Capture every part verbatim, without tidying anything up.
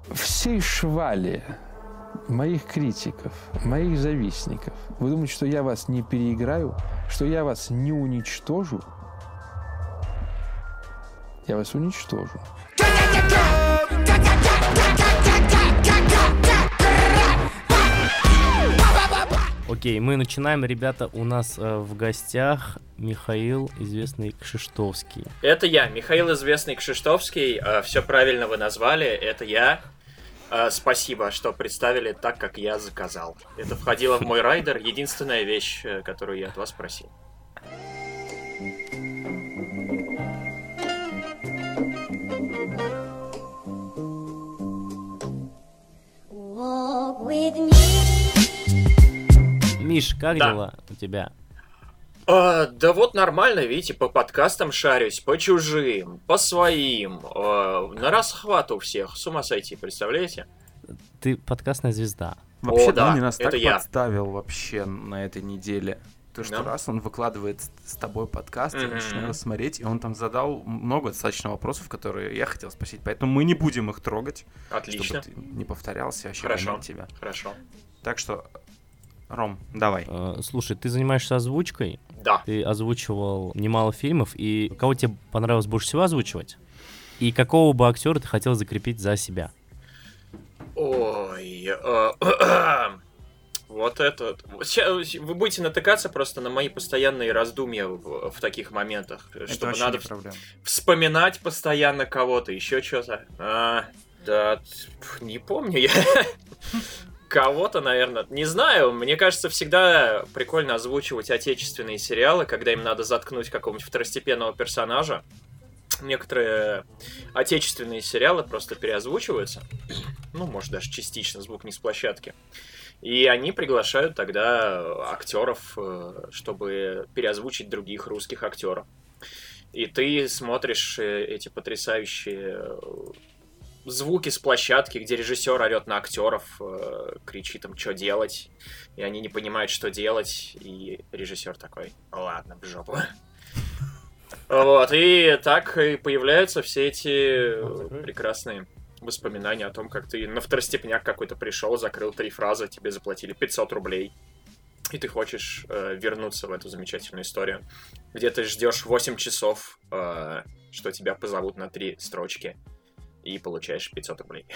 всей швали моих критиков, моих завистников, вы думаете, что я вас не переиграю, что я вас не уничтожу? Я вас уничтожу. Окей, мы начинаем, ребята, у нас э, в гостях Михаил, известный Кшиштовский. Это я, Михаил, известный Кшиштовский, э, все правильно вы назвали, это я. Э, спасибо, что представили так, как я заказал. Это входило в мой райдер, единственная вещь, которую я от вас просил. Миш, как да. дела у тебя? А, да вот нормально, видите, по подкастам шарюсь, по чужим, по своим, а, на расхват у всех, с ума сойти, представляете? Ты подкастная звезда. Вообще, О, да, Даня нас это так я. подставил вообще на этой неделе. То, что Да. раз он выкладывает с тобой подкаст, я Мгм. начинаю смотреть, и он там задал много достаточно вопросов, которые я хотел спросить, поэтому мы не будем их трогать, Отлично. чтобы ты не повторялся, вообще Хорошо. гонять тебя. Хорошо. Так что, Ром, давай. Э, слушай, ты занимаешься озвучкой, Да. ты озвучивал немало фильмов, и кого тебе понравилось больше всего озвучивать? И какого бы актера ты хотел закрепить за себя? Ой, э, вот это... Ща- Вы будете натыкаться просто на мои постоянные раздумья в, в таких моментах, Это чтобы вообще надо не проблема. вспоминать постоянно кого-то, еще что-то. А, да, пф, не помню я. Кого-то, наверное. Не знаю, мне кажется, всегда прикольно озвучивать отечественные сериалы, когда им надо заткнуть какого-нибудь второстепенного персонажа. Некоторые отечественные сериалы просто переозвучиваются. Ну, может, даже частично, звук не с площадки. И они приглашают тогда актеров, э, чтобы переозвучить других русских актеров. И ты смотришь э, эти потрясающие э, звуки с площадки, где режиссер орет на актеров, э, кричит им, что делать, и они не понимают, что делать, и режиссер такой: ладно, в жопу. Вот, и так и появляются все эти э, прекрасные воспоминания о том, как ты на второстепняк какой-то пришел, закрыл три фразы, тебе заплатили пятьсот рублей, и ты хочешь э, вернуться в эту замечательную историю, где ты ждешь восемь часов, э, что тебя позовут на три строчки, и получаешь пятьсот рублей.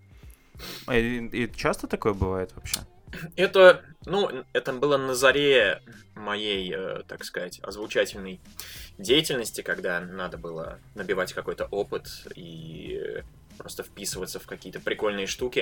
И, и часто такое бывает вообще? Это, ну, это было на заре моей, э, так сказать, озвучательной деятельности, когда надо было набивать какой-то опыт и просто вписываться в какие-то прикольные штуки.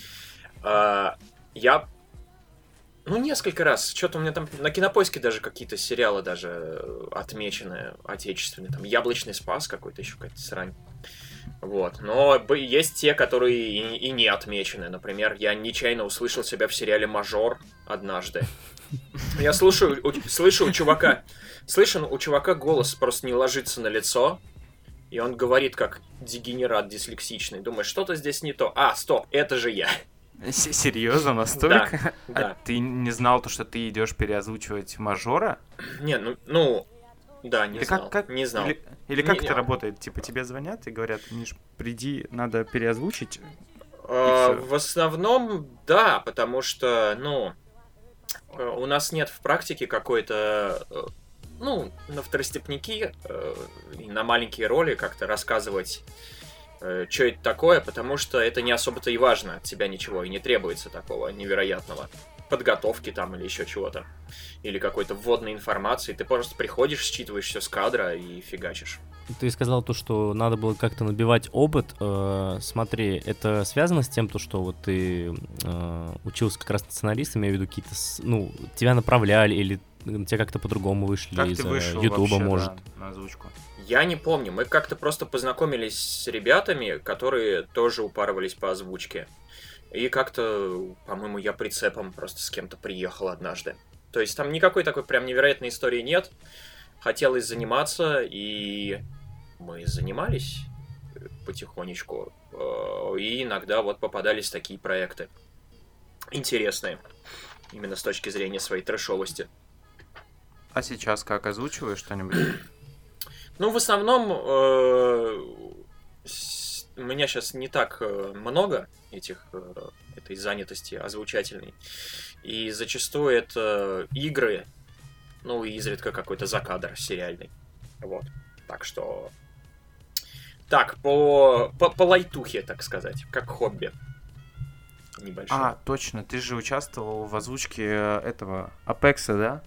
А, я, ну, несколько раз, что-то у меня там на Кинопоиске даже какие-то сериалы даже отмечены отечественные, там «Яблочный спас» какой-то еще, какая-то срань. Вот, но б- есть те, которые и, и не отмечены. Например, я нечаянно услышал себя в сериале «Мажор» однажды. Я слушаю, у, слышу у чувака, слышу у чувака голос просто не ложится на лицо, и он говорит как дегенерат дислексичный. Думаешь, что-то здесь не то. А, стоп, это же я. С- Серьезно, настолько? Да, А да. ты не знал то, что ты идешь переозвучивать Мажора? Не, ну, ну да, не Или знал. как, как- Не знал. Или, или как Не- это работает? Типа тебе звонят и говорят: Миш, приди, надо переозвучить. А, всё. в основном, да, потому что, ну, э, у нас нет в практике какой-то, э, ну, на второстепняки э, и на маленькие роли как-то рассказывать, что это такое, потому что это не особо-то и важно, от тебя ничего, и не требуется такого невероятного подготовки там или еще чего-то, или какой-то вводной информации. Ты просто приходишь, считываешь все с кадра и фигачишь. Ты сказал то, что надо было как-то набивать опыт. Э, смотри, это связано с тем, то, что вот ты э, учился как раз сценаристом, я имею в виду какие-то, с- ну, тебя направляли или тебя как-то по-другому вышли Как из ты вышел Ютуба, вообще, может. да, на озвучку? Я не помню, мы как-то просто познакомились с ребятами, которые тоже упарывались по озвучке. И как-то, по-моему, я прицепом просто с кем-то приехал однажды. То есть там никакой такой прям невероятной истории нет. Хотелось заниматься, и мы занимались потихонечку. И иногда вот попадались такие проекты интересные. Именно с точки зрения своей трэшовости. А сейчас как, озвучиваешь что-нибудь? Ну, в основном, э, с- у меня сейчас не так много этих, этой занятости озвучательной. И зачастую это игры, ну и изредка какой-то закадр сериальный. Вот. Так что... Так, по, по, по лайтухе, так сказать, как хобби. Небольшое. А, точно, ты же участвовал в озвучке этого Апекса, да?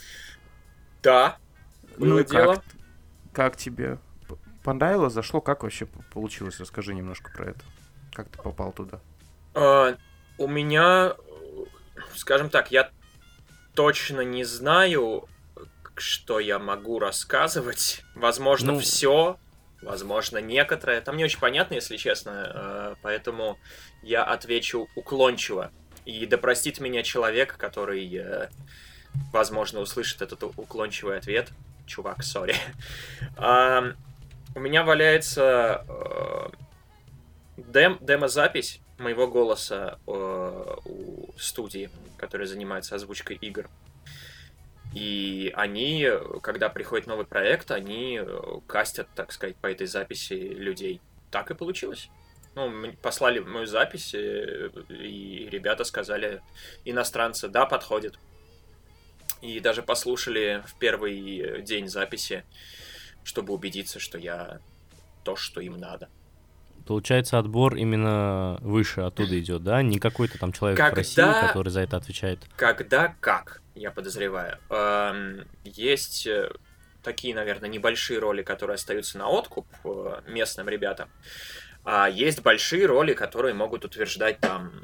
Да, было ну, дело. Как, как тебе понравилось, зашло? Как вообще получилось? Расскажи немножко про это. Как ты попал туда? Uh, у меня, скажем так, я точно не знаю, что я могу рассказывать. Возможно, ну... все, возможно, некоторое. Там не очень понятно, если честно, uh, поэтому я отвечу уклончиво. И да простит меня человек, который, uh, возможно, услышит этот уклончивый ответ. Чувак, сори. Uh, у меня валяется uh, дем- демо-запись моего голоса э, у студии, которая занимается озвучкой игр. И они, когда приходит новый проект, они кастят, так сказать, по этой записи людей. Так и получилось. Ну, послали мою запись, и ребята сказали, иностранцы, да, подходит. И даже послушали в первый день записи, чтобы убедиться, что я то, что им надо. Получается, отбор именно выше оттуда идет, да? Не какой-то там человек когда, в России, который за это отвечает. Когда как, я подозреваю. Эм, есть такие, наверное, небольшие роли, которые остаются на откуп местным ребятам. А есть большие роли, которые могут утверждать там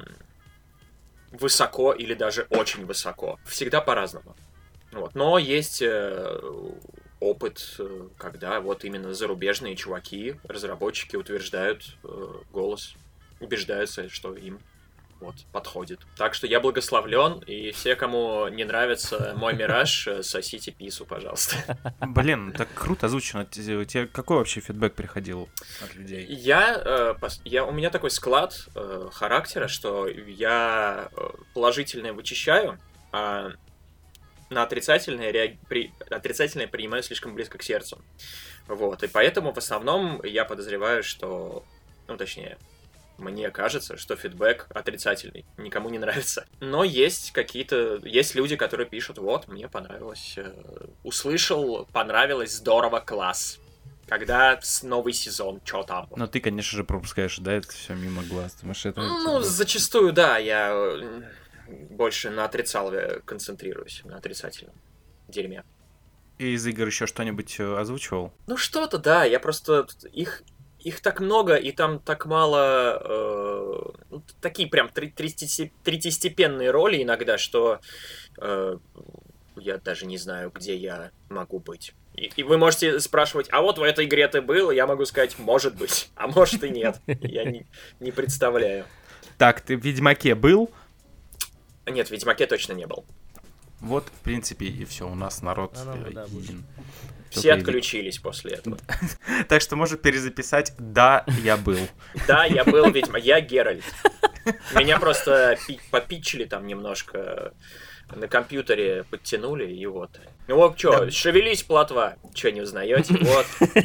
высоко или даже очень высоко. Всегда по-разному. Вот. Но есть э, опыт, когда вот именно зарубежные чуваки, разработчики утверждают э, голос, убеждаются, что им вот подходит. Так что я благословлен, и все, кому не нравится мой мираж, сосите пису, пожалуйста. Блин, так круто озвучено. Тебе какой вообще фидбэк приходил от людей? Я, э, я у меня такой склад э, характера, что я положительное вычищаю, а на отрицательное, реаг... при... отрицательное принимаю слишком близко к сердцу. Вот, и поэтому в основном я подозреваю, что, ну, точнее, мне кажется, что фидбэк отрицательный, никому не нравится. Но есть какие-то, есть люди, которые пишут, вот, мне понравилось, э, услышал, понравилось, здорово, класс. Когда новый сезон, чё там? Но ты, конечно же, пропускаешь, да, это все мимо глаз. Потому что это... Ну, зачастую, да, я больше на отрицалове концентрируюсь, на отрицательном дерьме. И из игр еще что-нибудь озвучивал? Ну, что-то, да, я просто... Их, их так много, и там так мало... Э, ну, такие прям третьестепенные роли иногда, что э, я даже не знаю, где я могу быть. И, и вы можете спрашивать, а вот в этой игре ты был? И я могу сказать, может быть, а может и нет. Я не, не представляю. Так, ты в Ведьмаке был? Нет, в Ведьмаке точно не был. Вот, в принципе, и все, у нас народ а нам, да, един. Все отключились после этого. Так что может перезаписать «Да, я был». Да, я был Ведьмак, я Геральт. Меня просто попитчили там немножко, на компьютере подтянули, и вот. Ну вот, чё, шевелись, плотва. Чё, не узнаете? Вот.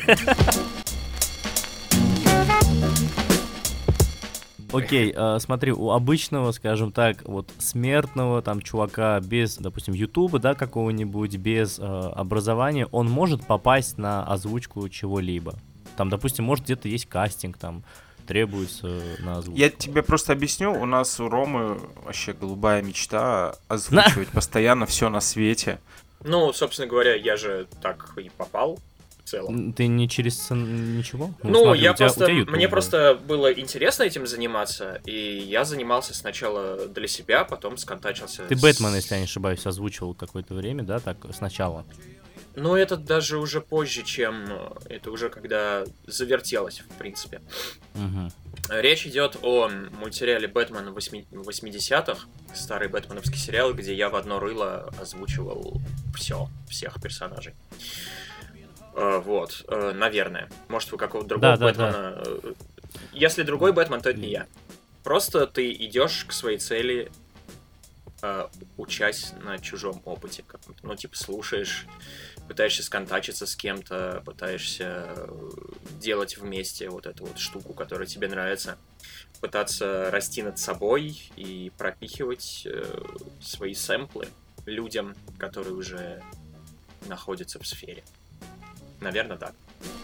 Окей, э, смотри, у обычного, скажем так, вот смертного там чувака без, допустим, ютуба, да, какого-нибудь, без э, образования, он может попасть на озвучку чего-либо. Там, допустим, может где-то есть кастинг, там требуется на озвучку. Я тебе просто объясню, у нас у Ромы вообще голубая мечта озвучивать постоянно все на свете. Ну, собственно говоря, я же так и попал. В целом. Ты не через ничего? Ну, ну смотри, я тебя, просто, YouTube, мне да. просто было интересно этим заниматься, и я занимался сначала для себя, потом сконтачился. Ты с... Бэтмен, если я не ошибаюсь, озвучивал какое-то время, да, так, сначала? Ну, это даже уже позже, чем... Это уже когда завертелось, в принципе. Угу. Речь идет о мультсериале «Бэтмен» восьмидесятых, старый бэтменовский сериал, где я в одно рыло озвучивал все, всех персонажей. Uh, вот, uh, наверное. Может, вы какого-то другого да, Бэтмена... Да, да. Если другой Бэтмен, то это не я. Просто ты идешь к своей цели э, учась на чужом опыте. Ну, типа, слушаешь, пытаешься сконтачиться с кем-то, пытаешься делать вместе вот эту вот штуку, которая тебе нравится. Пытаться расти над собой и пропихивать э, свои сэмплы людям, которые уже находятся в сфере. Наверное, так.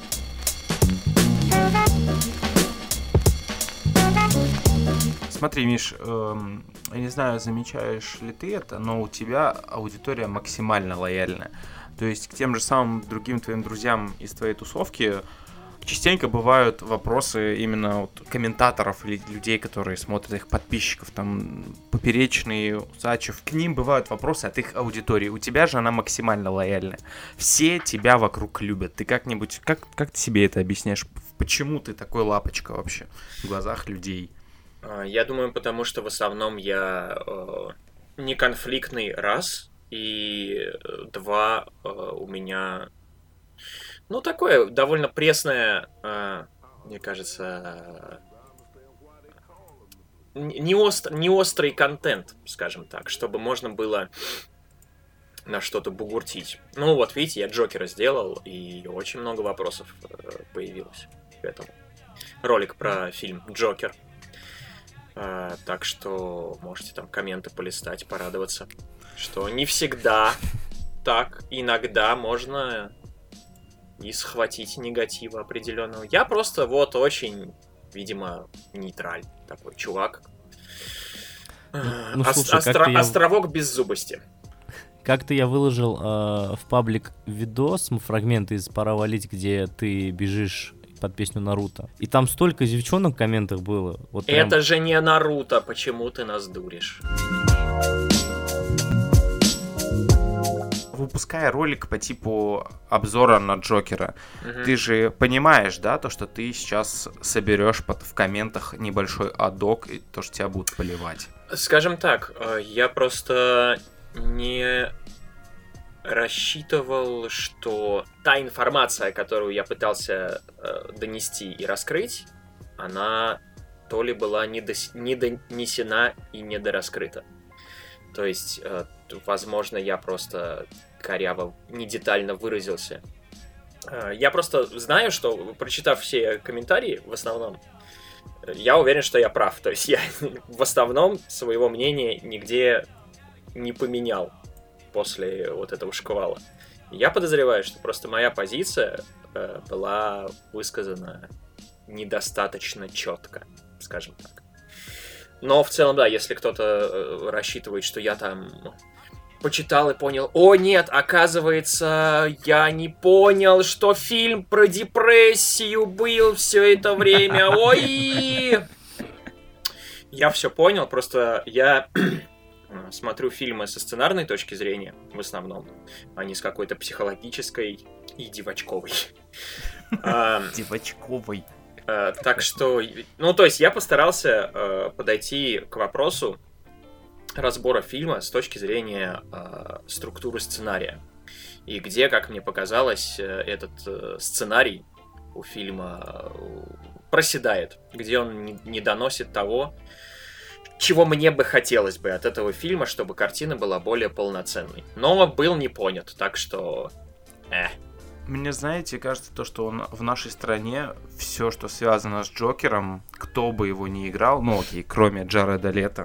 Смотри, Миш, эм, я не знаю, замечаешь ли ты это, но у тебя аудитория максимально лояльная. То есть к тем же самым другим твоим друзьям из твоей тусовки частенько бывают вопросы именно от комментаторов или людей, которые смотрят, их подписчиков, там, Поперечный, Усачев. К ним бывают вопросы от их аудитории. У тебя же она максимально лояльная. Все тебя вокруг любят. Ты как-нибудь, как, как ты себе это объясняешь? Почему ты такой лапочка вообще в глазах людей? Я думаю, потому что в основном я э, не конфликтный, раз, и два, э, у меня, ну, такое довольно пресное, э, мне кажется, не, остр, не острый контент, скажем так, чтобы можно было на что-то бугуртить. Ну, вот, видите, я Джокера сделал, и очень много вопросов э, появилось к этому. Ролик про фильм «Джокер». Uh, так что можете там комменты полистать, порадоваться, что не всегда так, иногда можно и схватить негатива определенного. Я просто вот очень, видимо, нейтраль такой чувак. Ну, Ос- слушай, остро- я... Островок беззубости. Как-то я выложил э, в паблик видос, фрагмент из «Пора валить», где ты бежишь под песню Наруто. И там столько девчонок в комментах было. Вот прям... Это же не Наруто, почему ты нас дуришь? Выпуская ролик по типу обзора на Джокера, угу. Ты же понимаешь, да, то, что ты сейчас соберешь под, в комментах небольшой адок, и то, что тебя будут поливать. Скажем так, я просто не рассчитывал, что та информация, которую я пытался э, донести и раскрыть, она то ли была недос... недонесена и недораскрыта. То есть, э, возможно, я просто коряво, не детально выразился. Э, я просто знаю, что, прочитав все комментарии, в основном, я уверен, что я прав. То есть, я в основном своего мнения нигде не поменял после вот этого шквала. Я подозреваю, что просто моя позиция э, была высказана недостаточно четко, скажем так. Но в целом, да, если кто-то э, рассчитывает, что я там почитал и понял, о нет, оказывается, я не понял, что фильм про депрессию был все это время, ой! Я все понял, просто я... смотрю фильмы со сценарной точки зрения, в основном, а не с какой-то психологической и девочковой. Девочковой. Так что, ну, то есть я постарался подойти к вопросу разбора фильма с точки зрения структуры сценария. И где, как мне показалось, этот сценарий у фильма проседает, где он не доносит того, чего мне бы хотелось бы от этого фильма, чтобы картина была более полноценной. Но был не понят, так что... Э. Мне, знаете, кажется, то, что он в нашей стране все, что связано с Джокером, кто бы его ни играл, ну окей, кроме Джареда Лето,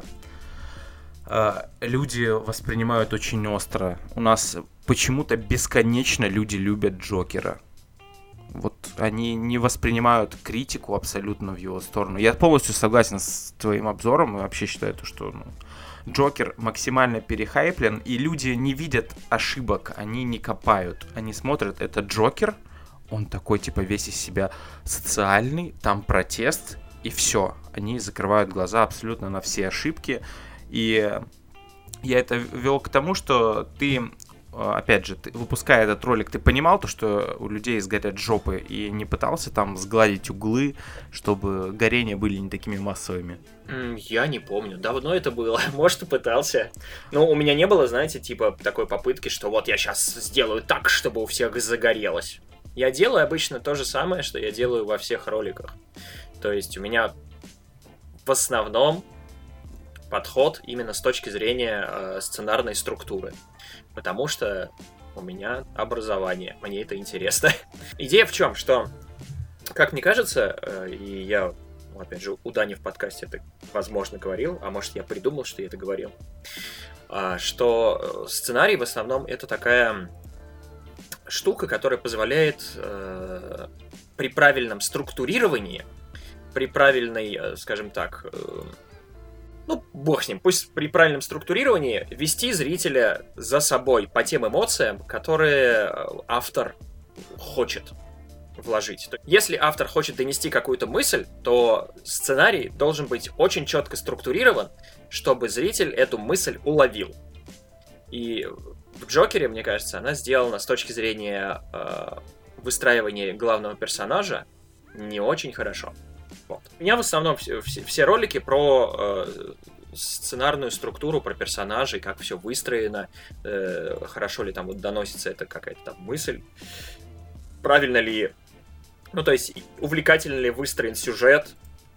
люди воспринимают очень остро. У нас почему-то бесконечно люди любят Джокера. Вот они не воспринимают критику абсолютно в его сторону. Я полностью согласен с твоим обзором и вообще считаю, то, что ну, Джокер максимально перехайплен, и люди не видят ошибок, они не копают. Они смотрят, это Джокер, он такой типа весь из себя социальный, там протест, и все. Они закрывают глаза абсолютно на все ошибки. И я это вел к тому, что ты... Опять же, ты, выпуская этот ролик, ты понимал то, что у людей сгорят жопы, и не пытался там сгладить углы, чтобы горения были не такими массовыми? Я не помню. Давно это было. Может, и пытался. Но у меня не было, знаете, типа такой попытки, что вот я сейчас сделаю так, чтобы у всех загорелось. Я делаю обычно то же самое, что я делаю во всех роликах. То есть у меня в основном подход именно с точки зрения э, сценарной структуры. Потому что у меня образование, мне это интересно. Идея в чем, что, как мне кажется, э, и я, опять же, у Дани в подкасте это, возможно, говорил, а может, я придумал, что я это говорил, э, что сценарий в основном это такая штука, которая позволяет э, при правильном структурировании, при правильной, скажем так, э, ну, бог с ним, пусть при правильном структурировании вести зрителя за собой по тем эмоциям, которые автор хочет вложить. Если автор хочет донести какую-то мысль, то сценарий должен быть очень четко структурирован, чтобы зритель эту мысль уловил. И в Джокере, мне кажется, она сделана с точки зрения э, выстраивания главного персонажа не очень хорошо. Вот. У меня в основном все, все, все ролики про э, сценарную структуру, про персонажей, как все выстроено, э, хорошо ли там вот доносится это какая-то там мысль, правильно ли, ну то есть увлекательно ли выстроен сюжет,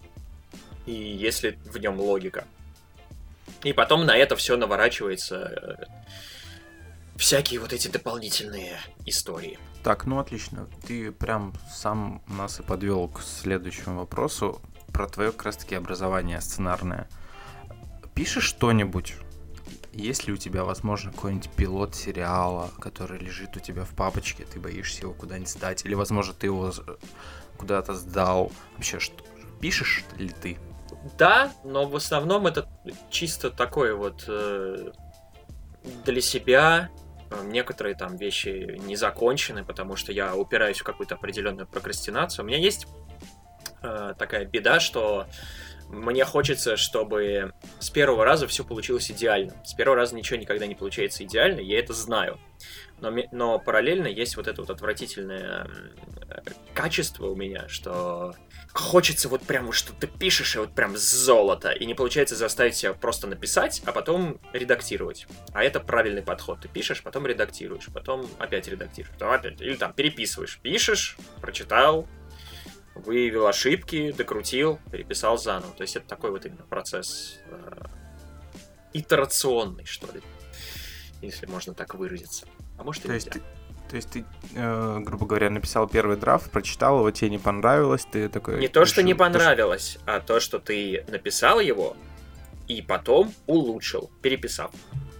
и есть ли в нем логика. И потом на это все наворачивается э, всякие вот эти дополнительные истории. Так, ну отлично. Ты прям сам нас и подвел к следующему вопросу про твое как раз-таки образование сценарное. Пишешь что-нибудь? Есть ли у тебя, возможно, какой-нибудь пилот сериала, который лежит у тебя в папочке, ты боишься его куда-нибудь сдать? Или, возможно, ты его куда-то сдал? Вообще, что, пишешь ли ты? Да, но в основном это чисто такое вот э, для себя. Некоторые там вещи не закончены, потому что я упираюсь в какую-то определенную прокрастинацию. У меня есть э, такая беда, что мне хочется, чтобы с первого раза все получилось идеально. С первого раза ничего никогда не получается идеально, я это знаю. Но, но параллельно есть вот это вот отвратительное качество у меня, что хочется вот прям, что ты пишешь, и вот прям золото, и не получается заставить себя просто написать, а потом редактировать. А это правильный подход. Ты пишешь, потом редактируешь, потом опять редактируешь, потом опять, или там переписываешь. Пишешь, прочитал, выявил ошибки, докрутил, переписал заново. То есть это такой вот именно процесс э, итерационный, что ли, если можно так выразиться. А может и то нельзя. Есть ты, то есть ты, э, грубо говоря, написал первый драфт, прочитал его, тебе не понравилось, ты такой... Не то, что решил, не понравилось, то, а то, что ты написал его и потом улучшил, переписав.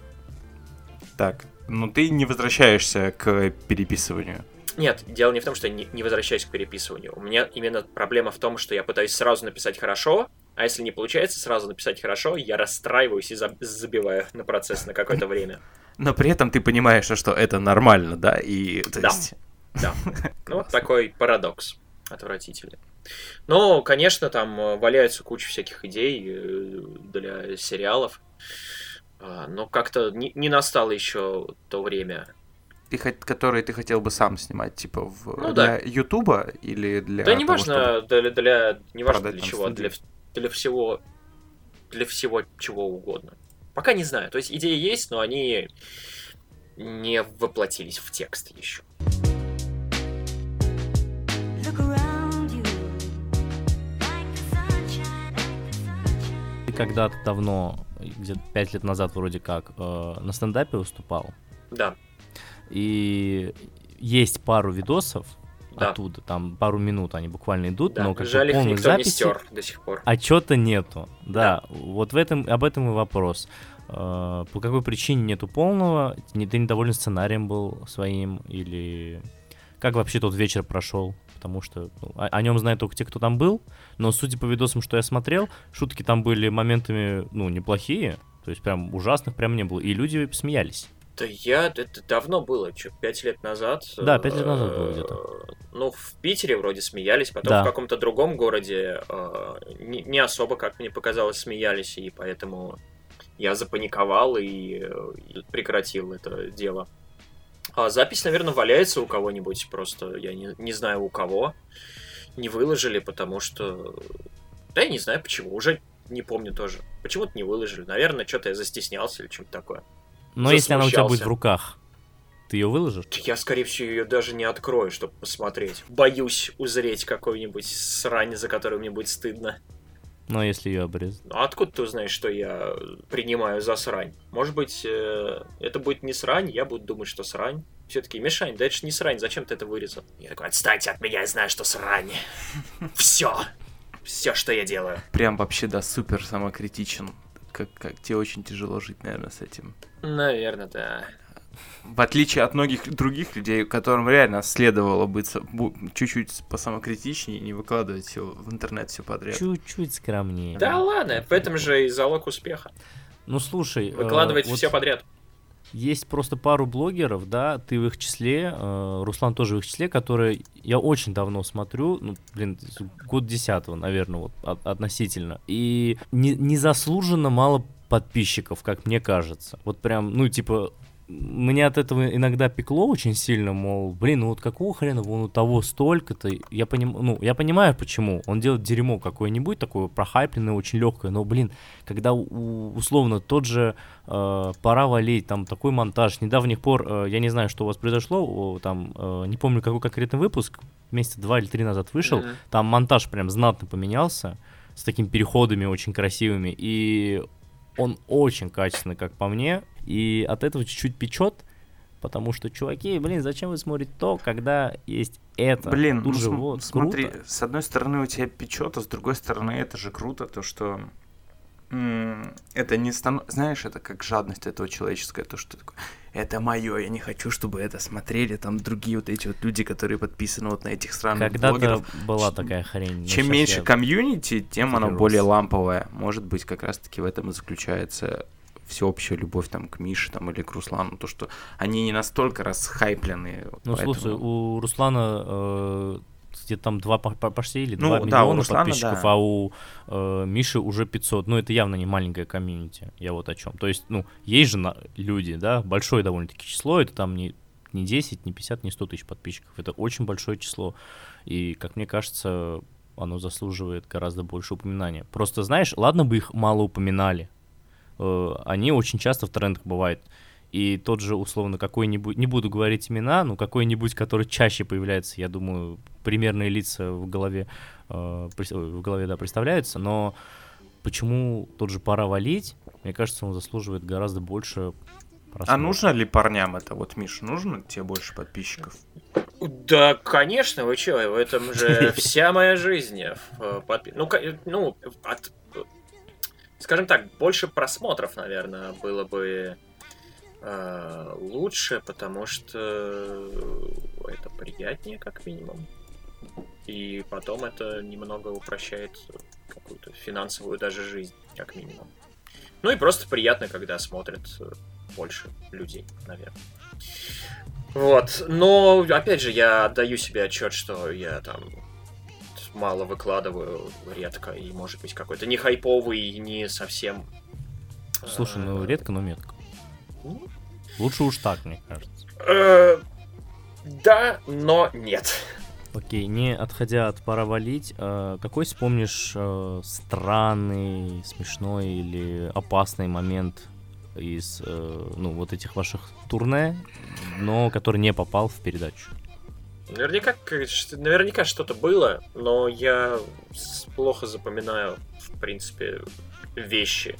Так, ну ты не возвращаешься к переписыванию. Нет, дело не в том, что я не, не возвращаюсь к переписыванию. У меня именно проблема в том, что я пытаюсь сразу написать хорошо, а если не получается сразу написать хорошо, я расстраиваюсь и забиваю на процесс на какое-то время. Но при этом ты понимаешь, что это нормально, да? И, то да, есть... да. Ну, вот такой парадокс отвратительный. Но, конечно, там валяются куча всяких идей для сериалов, но как-то не, не настало еще то время... Ты, которые ты хотел бы сам снимать, типа в, ну, для да. Ютуба или для да того, не важно, для, для, не важно для чего, для, для всего, для всего чего угодно. Пока не знаю, то есть идеи есть, но они не воплотились в текст еще. Ты когда-то давно, где-то пять лет назад вроде как, э, на стендапе выступал. Да. И есть пару видосов да. оттуда, там пару минут они буквально идут, да. но как Жаль, полной их никто записи, не стер до сих пор. А чё-то нету. Да, да, вот в этом, об этом и вопрос. По какой причине нету полного? Ты недоволен сценарием был своим? Или как вообще тот вечер прошел? Потому что ну, о, о нем знают только те, кто там был, но судя по видосам, что я смотрел, шутки там были моментами, ну, неплохие, то есть прям ужасных прям не было, и люди смеялись. Да я, это давно было, что, пять лет назад? Да, пять лет назад было где-то. Ну, в Питере вроде смеялись, потом да. в каком-то другом городе не, не особо, как мне показалось, смеялись, и поэтому я запаниковал и, и прекратил это дело. А запись, наверное, валяется у кого-нибудь, просто я не, не знаю у кого. Не выложили, потому что... Да я не знаю почему, уже не помню тоже. Почему-то не выложили, наверное, что-то я застеснялся или что-то такое. Но если она у тебя будет в руках, ты ее выложишь? Я, скорее всего, ее даже не открою, чтобы посмотреть. Боюсь узреть какую-нибудь срань, за которую мне будет стыдно. Ну, а если ее обрезать? А откуда ты узнаешь, что я принимаю за срань? Может быть, э, это будет не срань, я буду думать, что срань. Все-таки, Мишань, да это ж не срань, зачем ты это вырезал? Я такой, отстаньте от меня, я знаю, что срань. Все. Все, что я делаю. Прям вообще, да, супер самокритичен. Как, как тебе очень тяжело жить, наверное, с этим. Наверное, да. В отличие от многих других людей, которым реально следовало быть чуть-чуть посамокритичнее и не выкладывать все в интернет все подряд. Чуть-чуть скромнее. Да ладно, в этом же и залог успеха. Ну слушай, выкладывать э, вот все подряд. Есть просто пару блогеров, да, ты в их числе, э, Руслан тоже в их числе, которые я очень давно смотрю, ну, блин, год десятого, наверное, вот от, относительно. И не, незаслуженно мало подписчиков, как мне кажется. Вот прям, ну, типа, меня от этого иногда пекло очень сильно, мол, блин, ну вот какого хрена вон у того столько-то, я, поним... ну, я понимаю почему, он делает дерьмо какое-нибудь такое прохайпленное, очень легкое, но, блин, когда у, условно тот же э, «Пора валить», там такой монтаж, с недавних пор, э, я не знаю, что у вас произошло, там, э, не помню какой конкретный выпуск, месяца два или три назад вышел, mm-hmm. там монтаж прям знатно поменялся, с такими переходами очень красивыми, и он очень качественный, как по мне, и от этого чуть-чуть печет, потому что, чуваки, блин, зачем вы смотрите то, когда есть это? Блин, Тут ну, же, см- вот, смотри, круто. С одной стороны у тебя печет, а с другой стороны это же круто, то что м- это не становится, знаешь, это как жадность этого человеческая, то что такое, это мое, я не хочу, чтобы это смотрели там другие вот эти вот люди, которые подписаны вот на этих странных Когда-то блогеров. была такая хрень. Чем меньше я... комьюнити, тем оно более ламповое. Может быть, как раз-таки в этом и заключается всеобщая любовь там к Мише там, или к Руслану, то, что они не настолько расхайплены. Ну, поэтому... слушай, у Руслана э, где-то там два почти или ну, два да, миллиона Руслана, подписчиков, да. а у э, Миши уже пятьсот. Ну, это явно не маленькая комьюнити, я вот о чем. То есть, ну, есть же на... люди, да, большое довольно-таки число, это там не, не десять, не пятьдесят, не сто тысяч подписчиков, это очень большое число. И, как мне кажется, оно заслуживает гораздо больше упоминания. Просто, знаешь, ладно бы их мало упоминали, они очень часто в трендах бывают. И тот же, условно, какой-нибудь, не буду говорить имена, но какой-нибудь, который чаще появляется, я думаю, примерные лица в голове, э, в голове, да, представляются, но почему тот же «Пора валить», мне кажется, он заслуживает гораздо больше просмотров. А нужно ли парням это? Вот, Миш, нужно тебе больше подписчиков? Да, конечно, вы чё, в этом же вся моя жизнь. Ну, ну, от... Скажем так, больше просмотров, наверное, было бы э, лучше, потому что это приятнее, как минимум. И потом это немного упрощает какую-то финансовую даже жизнь, как минимум. Ну и просто приятно, когда смотрят больше людей, наверное. Вот. Но, опять же, я отдаю себе отчет, что я там мало выкладываю, редко, и может быть какой-то не хайповый, не совсем... Слушай, ну редко, но метко. Ну, лучше уж так, мне кажется. Э, да, но нет. Окей, не отходя от «Пора валить», э, какой вспомнишь э, странный, смешной или опасный момент из э, ну, вот этих ваших турне, но который не попал в передачу? Наверняка, наверняка что-то было, но я плохо запоминаю, в принципе, вещи.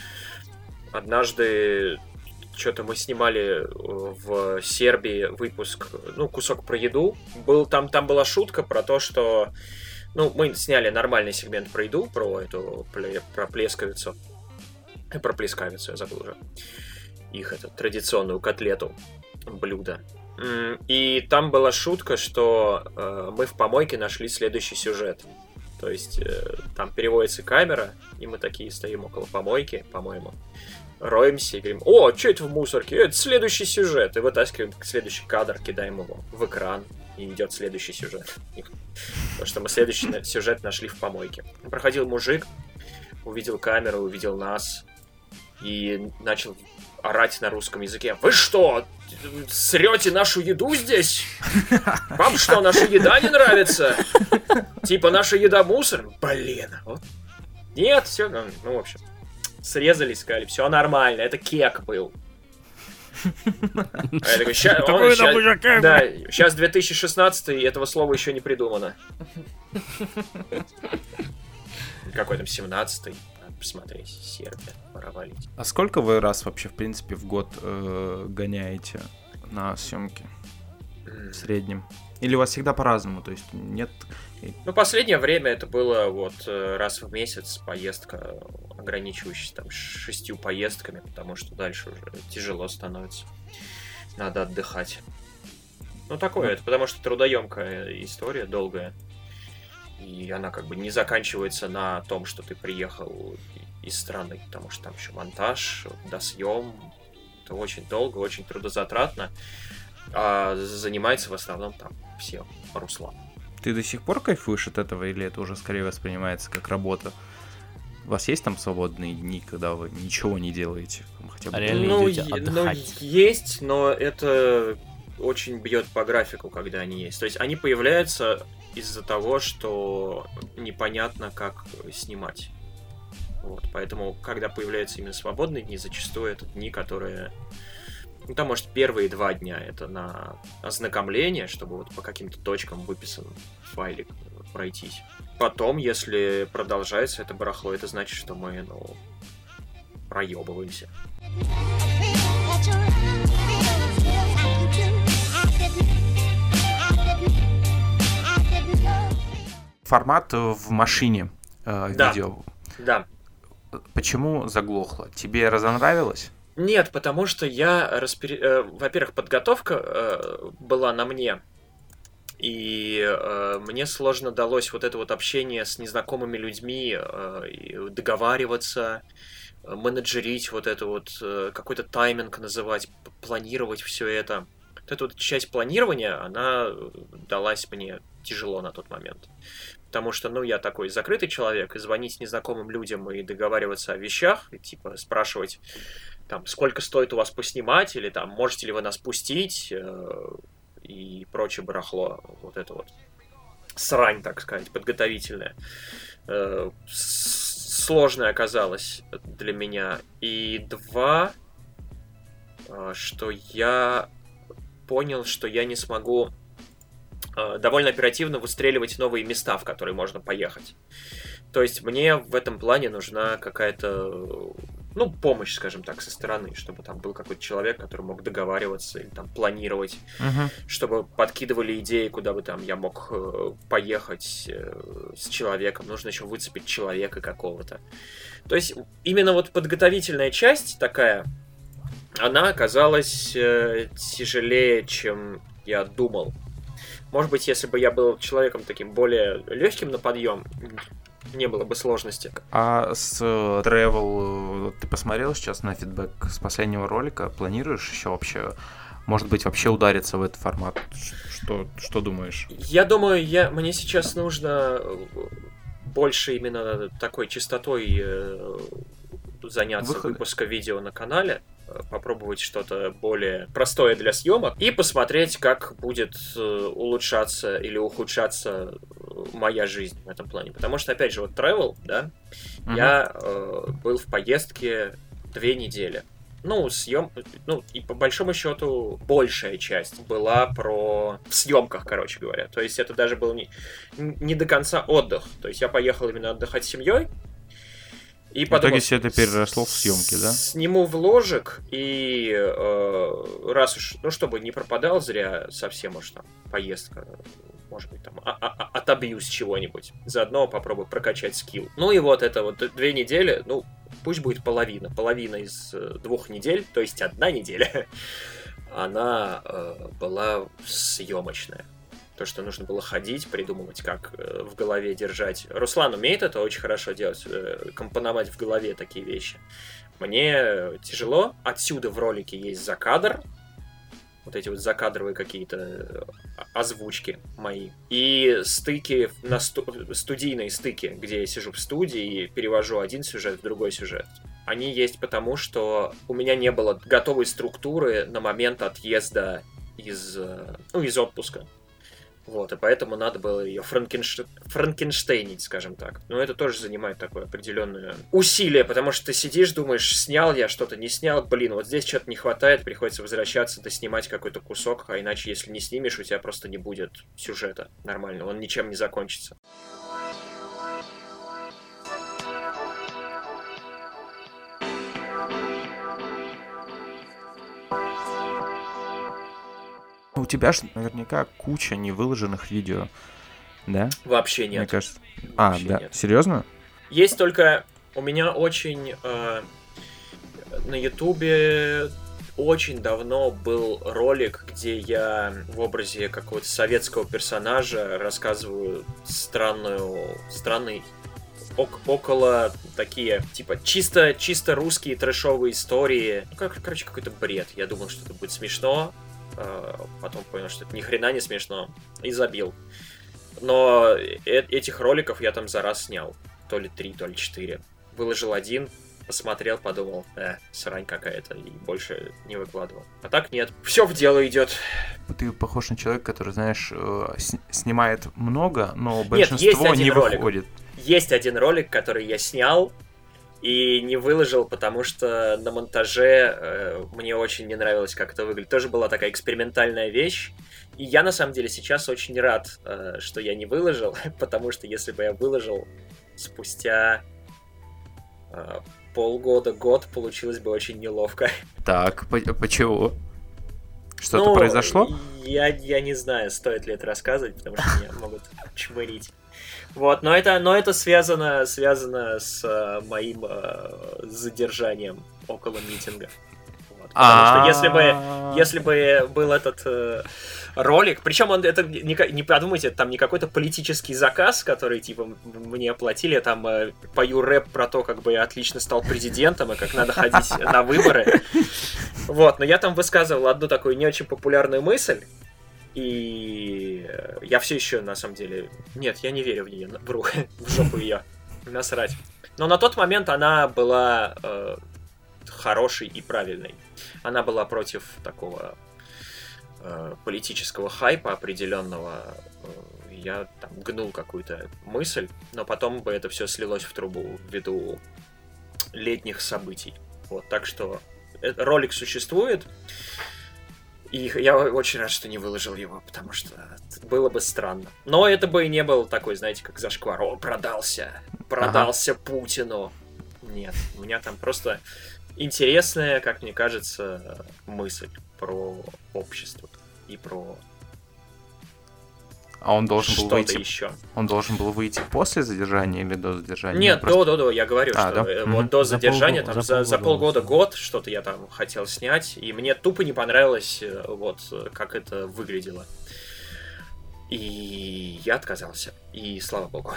Однажды что-то мы снимали в Сербии выпуск, ну, кусок про еду. Был, там, там была шутка про то, что... Ну, мы сняли нормальный сегмент про еду, про эту, про плескавицу. Про плескавицу, я забыл уже. Их, эту традиционную котлету, блюдо. И там была шутка, что э, мы в помойке нашли следующий сюжет. То есть э, там переводится камера, и мы такие стоим около помойки, по-моему, роемся и говорим: о, что это в мусорке? Это следующий сюжет. И вытаскиваем следующий кадр, кидаем его в экран, и идет следующий сюжет. Потому что мы следующий сюжет нашли в помойке. Проходил мужик, увидел камеру, увидел нас, и начал орать на русском языке: вы что, срете нашу еду здесь? Вам что, наша еда не нравится? Типа наша еда мусор? Блин, вот. Нет, все, ну, ну, в общем, срезали, сказали, все нормально, это кек был. А я такой, ща, он, ща, да, сейчас две тысячи шестнадцатый, и этого слова еще не придумано. Какой там семнадцатый? Надо посмотреть. Сербия. Пора валить. А сколько вы раз вообще, в принципе, в год э, гоняете на съемки? В среднем? Или у вас всегда по-разному? То есть нет... Ну, последнее время это было вот раз в месяц поездка, ограничивающаяся там шестью поездками, потому что дальше уже тяжело становится. Надо отдыхать. Ну, такое это, потому что трудоемкая история, долгая. И она как бы не заканчивается на том, что ты приехал из страны, потому что там еще монтаж, досъем. Это очень долго, очень трудозатратно. А занимается в основном там все Руслан. Ты до сих пор кайфуешь от этого, или это уже скорее воспринимается как работа? У вас есть там свободные дни, когда вы ничего не делаете? Там, хотя бы... А реально ну, идете е- отдыхать? ну, есть, но это очень бьет по графику, когда они есть. То есть они появляются из-за того, что непонятно, как снимать. Вот, поэтому, когда появляются именно свободные дни, зачастую это дни, которые... Ну, там, может, первые два дня это на ознакомление, чтобы вот по каким-то точкам выписан файлик пройтись. Потом, если продолжается это барахло, это значит, что мы, ну, проебываемся. Формат в машине э, Да. видео. Да. Почему заглохло? Тебе разонравилось? Нет, потому что я, распере... э, во-первых, подготовка э, была на мне, и э, мне сложно далось вот это вот общение с незнакомыми людьми, э, и договариваться, э, менеджерить вот это вот, э, какой-то тайминг называть, п- планировать все это. Вот эта вот часть планирования, она далась мне тяжело на тот момент. Потому что, ну, я такой закрытый человек, и звонить незнакомым людям и договариваться о вещах, и, типа, спрашивать, там, сколько стоит у вас поснимать, или там, можете ли вы нас пустить, э, и прочее барахло, вот это вот срань, так сказать, подготовительная, э, с- сложная оказалась для меня. И два, э, что я понял, что я не смогу э, довольно оперативно выстреливать новые места, в которые можно поехать. То есть мне в этом плане нужна какая-то, ну, помощь, скажем так, со стороны, чтобы там был какой-то человек, который мог договариваться или там планировать, Угу. чтобы подкидывали идеи, куда бы там я мог э, поехать э, с человеком. Нужно еще выцепить человека какого-то. То есть именно вот подготовительная часть такая, она оказалась э, тяжелее, чем я думал. Может быть, если бы я был человеком таким более легким на подъем, не было бы сложности. А с э, Travel э, ты посмотрел сейчас на фидбэк с последнего ролика? Планируешь еще вообще, может быть, вообще удариться в этот формат? Ш- Что, что думаешь? Я думаю, я, мне сейчас нужно больше именно такой частотой э, заняться Выходы. выпуска видео на канале, э, попробовать что-то более простое для съемок и посмотреть, как будет э, улучшаться или ухудшаться э, моя жизнь в этом плане. Потому что, опять же, вот travel, да, Мгм. я э, был в поездке две недели. Ну, съем, ну, и по большому счету большая часть была про в съемках, короче говоря. То есть это даже был не, не до конца отдых. То есть я поехал именно отдыхать с семьей. И В подумал, итоге все это переросло в съемки, да? сниму вложек и э, раз уж, ну, чтобы не пропадал зря совсем уж там поездка, может быть, там а- а- отобьюсь чего-нибудь. Заодно попробую прокачать скилл. Ну и вот это вот две недели, ну, пусть будет половина. Половина из э, двух недель, то есть одна неделя, она э, была съемочная. То, что нужно было ходить, придумывать, как э, в голове держать. Руслан умеет это очень хорошо делать, э, компоновать в голове такие вещи. Мне тяжело. Отсюда в ролике есть закадр. Вот эти вот закадровые какие-то э, озвучки мои. И стыки, на сту- студийные стыки, где я сижу в студии и перевожу один сюжет в другой сюжет. Они есть потому, что у меня не было готовой структуры на момент отъезда из, э, ну, из отпуска. Вот, и поэтому надо было ее франкенш... франкенштейнить, скажем так. Но это тоже занимает такое определенное усилие, потому что ты сидишь, думаешь, снял я что-то, не снял, блин, вот здесь что-то не хватает, приходится возвращаться, доснимать какой-то кусок, а иначе, если не снимешь, у тебя просто не будет сюжета нормального, он ничем не закончится. У тебя же наверняка куча невыложенных видео, да? Вообще нет. Мне кажется. А, Вообще да. нет. Серьезно? Есть только... У меня очень... Э, на Ютубе очень давно был ролик, где я в образе какого-то советского персонажа рассказываю странную... Странный... Ок- около такие, типа, чисто, чисто русские трэшовые истории. Ну, как, короче, какой-то бред. Я думал, что это будет смешно. Потом понял, что это ни хрена не смешно, и забил. Но э- этих роликов я там за раз снял. То ли три, то ли четыре. Выложил один, посмотрел, подумал, э, срань какая-то, и больше не выкладывал. А так нет, все в дело идет. Ты похож на человека, который, знаешь, э, с- снимает много, но Нет, большинство есть один не ролик. выходит. Есть один ролик, который я снял и не выложил, потому что на монтаже э, мне очень не нравилось, как это выглядит. Тоже была такая экспериментальная вещь. И я, на самом деле, сейчас очень рад, э, что я не выложил, потому что если бы я выложил спустя э, полгода, год, получилось бы очень неловко. Так, по- почему? Что-то Ну, произошло? Я, я не знаю, стоит ли это рассказывать, потому что меня могут чмырить. Вот, но это, но это связано, связано с э, моим э, задержанием около митинга. Вот, потому что если бы, если бы был этот э, ролик, причем он это не, не подумайте, там не какой-то политический заказ, который типа мне оплатили, я там э, пою рэп про то, как бы я отлично стал президентом и как надо ходить на выборы. Вот, но я там высказывал одну такую не очень популярную мысль. И я все еще, на самом деле... Нет, я не верю в нее, вру, в жопу ее, насрать. Но на тот момент она была э, хорошей и правильной. Она была против такого э, политического хайпа определенного. Я там гнул какую-то мысль, но потом бы это все слилось в трубу ввиду летних событий. Вот, так что ролик существует. И я очень рад, что не выложил его, потому что было бы странно. Но это бы и не был такой, знаете, как зашквар. О, продался, продался ага. Путину. Нет, у меня там просто интересная, как мне кажется, мысль про общество и про... А он должен был выйти... еще. Он должен был выйти после задержания или до задержания? Нет, просто... до, до, до. Я говорю, а, что да? вот mm-hmm. до задержания, за там, полгода, за, за полгода, год что-то я там хотел снять, и мне тупо не понравилось, вот, как это выглядело. И я отказался. И слава богу.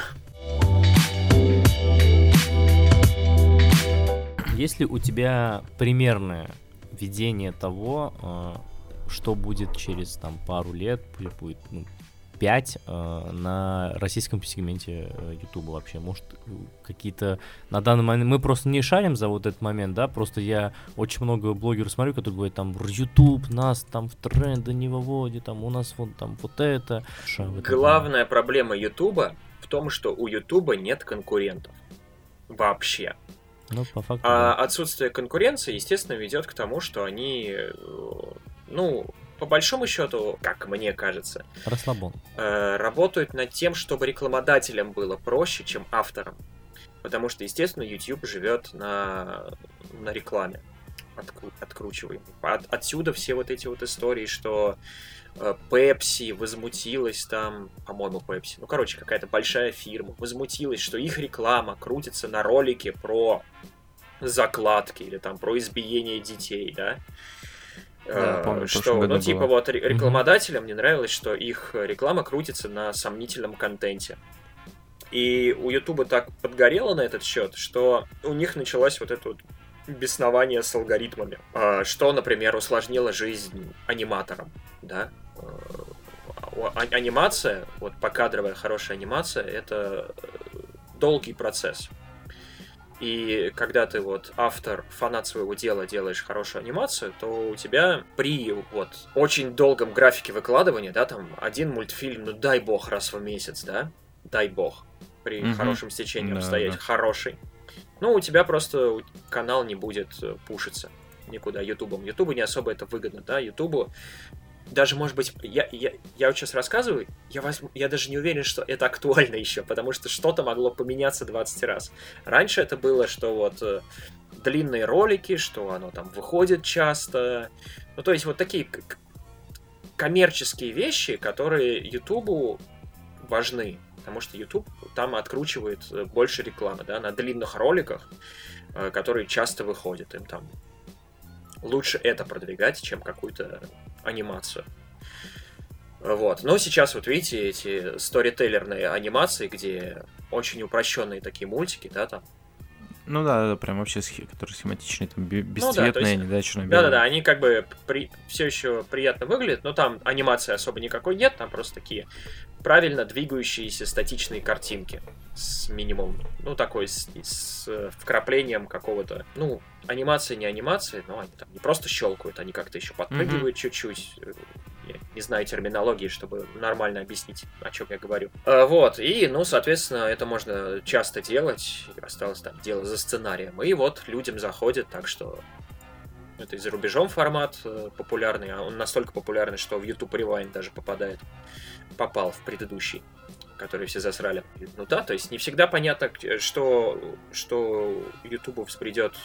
Есть ли у тебя примерное видение того, что будет через там пару лет, будет, ну, пять э, на российском сегменте Ютуба вообще? Может, какие-то на данный момент... Мы просто не шарим за вот этот момент, да? Просто я очень много блогеров смотрю, которые говорят, там, Ютуб нас там в тренды не выводит, там, у нас вот там вот это. Главная это... проблема Ютуба в том, что у Ютуба нет конкурентов. Вообще. Ну, по факту, а да. Отсутствие конкуренции, естественно, ведет к тому, что они, ну... по большому счету, как мне кажется, расслабон. Э, работают над тем, чтобы рекламодателям было проще, чем авторам. Потому что, естественно, YouTube живет на, на рекламе откру, откручиваемой. От, отсюда все вот эти вот истории, что э, Pepsi возмутилась там, по-моему, Pepsi, ну, короче, какая-то большая фирма возмутилась, что их реклама крутится на ролике про закладки или там про избиение детей, да? Да, помню, что, ну, типа, было. Вот рекламодателям mm-hmm. не нравилось, что их реклама крутится на сомнительном контенте. И у Ютуба так подгорело на этот счет, что у них началось вот это вот беснование с алгоритмами. Что, например, усложнило жизнь аниматорам, да? Анимация, вот покадровая хорошая анимация, это долгий процесс. И когда ты вот автор, фанат своего дела, делаешь хорошую анимацию, то у тебя при вот очень долгом графике выкладывания, да, там один мультфильм, ну дай бог раз в месяц, да, дай бог, при mm-hmm. хорошем стечении да, обстоятельств, да. хороший, ну у тебя просто канал не будет пушиться никуда ютубом. Ютубу не особо это выгодно, да, ютубу даже, может быть, я, я, я вот сейчас рассказываю, я, возьму, я даже не уверен, что это актуально еще, потому что что-то могло поменяться двадцать раз. Раньше это было, что вот длинные ролики, что оно там выходит часто. Ну, то есть вот такие коммерческие вещи, которые Ютубу важны. Потому что YouTube там откручивает больше рекламы, да, на длинных роликах, которые часто выходят. Им там лучше это продвигать, чем какую-то анимацию. Вот. Но сейчас, вот видите, эти сторителлерные анимации, где очень упрощенные такие мультики, да, там. Ну да, да, прям вообще, которые схематичные, там, бесцветные, ну, да, есть... они, да, черно-белые. Да-да-да, они как бы при... все еще приятно выглядят, но там анимации особо никакой нет, там просто такие правильно двигающиеся статичные картинки с минимум, ну, такой, с, с вкраплением какого-то, ну, анимации не анимации, но они там не просто щелкают, они как-то еще подпрыгивают mm-hmm. чуть-чуть. Я не знаю терминологии, чтобы нормально объяснить, о чем я говорю. А, вот, и, ну, соответственно, это можно часто делать. Осталось там дело за сценарием. И вот людям заходит, так что это и за рубежом формат популярный, а он настолько популярный, что в YouTube Rewind даже попадает. Попал в предыдущий, который все засрали. Ну да, то есть не всегда понятно, что, что YouTube взбредет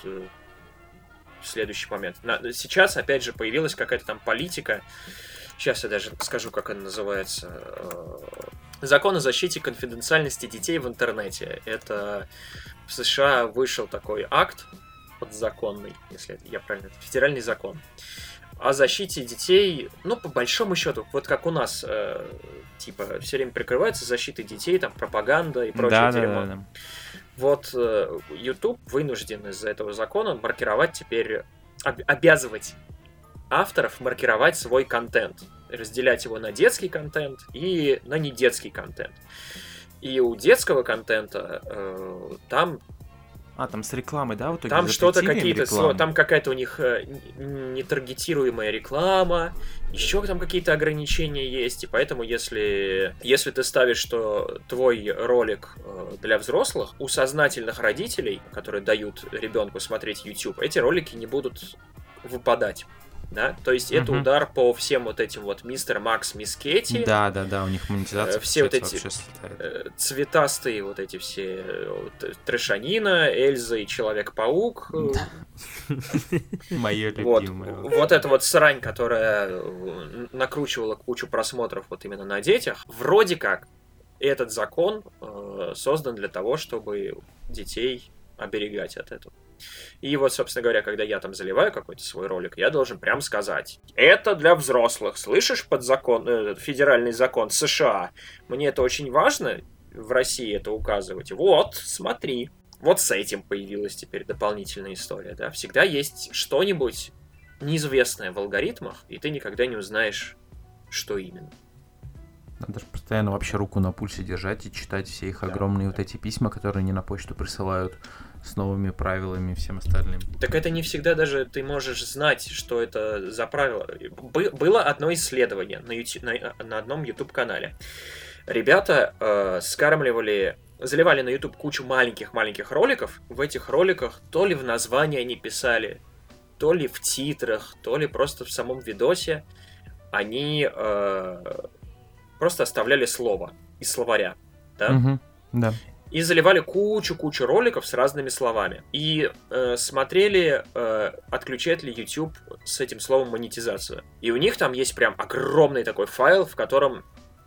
в следующий момент. Сейчас, опять же, появилась какая-то там политика. Сейчас я даже скажу, как она называется. Закон о защите конфиденциальности детей в интернете. Это в США вышел такой акт подзаконный, если я правильно, это федеральный закон, о защите детей, ну, по большому счету, вот как у нас, э, типа, все время прикрывается защитой детей, там, пропаганда и прочее да, дерьмо. Да, да, да. Вот э, YouTube вынужден из-за этого закона маркировать теперь, об- обязывать авторов маркировать свой контент, разделять его на детский контент и на недетский контент. И у детского контента э, там... А, там с рекламой, да, в итоге там что-то какие-то слова, там какая-то у них э, нетаргетируемая реклама, еще там какие-то ограничения есть, и поэтому если, если ты ставишь, что твой ролик э, для взрослых, у сознательных родителей, которые дают ребенку смотреть YouTube, эти ролики не будут выпадать. Да? То есть uh-huh. это удар по всем вот этим вот мистер Макс, мисс Кетти. Да, да, да, у них монетизация. Все вот эти цветастые вот эти все трэшанина, Эльза и Человек-паук. Мое любимое. Вот эта вот срань, которая накручивала кучу просмотров вот именно на детях. Вроде как этот закон создан для того, чтобы детей оберегать от этого. И вот, собственно говоря, когда я там заливаю какой-то свой ролик, я должен прям сказать: это для взрослых, слышишь, подзакон, э, федеральный закон США. Мне это очень важно в России это указывать. Вот, смотри. Вот с этим появилась теперь дополнительная история, да. Всегда есть что-нибудь неизвестное в алгоритмах, и ты никогда не узнаешь, что именно. Надо же постоянно вообще руку на пульсе держать и читать все их да, огромные да. вот эти письма, которые они на почту присылают с новыми правилами и всем остальным. Так это не всегда даже ты можешь знать, что это за правило. Бы- было одно исследование на, YouTube, на, на одном YouTube-канале. Ребята э, скармливали, заливали на YouTube кучу маленьких-маленьких роликов. В этих роликах то ли в названии они писали, то ли в титрах, то ли просто в самом видосе они э, просто оставляли слово из словаря. Да? Угу, да. И заливали кучу-кучу роликов с разными словами. И э, смотрели, э, отключает ли YouTube с этим словом монетизацию. И у них там есть прям огромный такой файл, в котором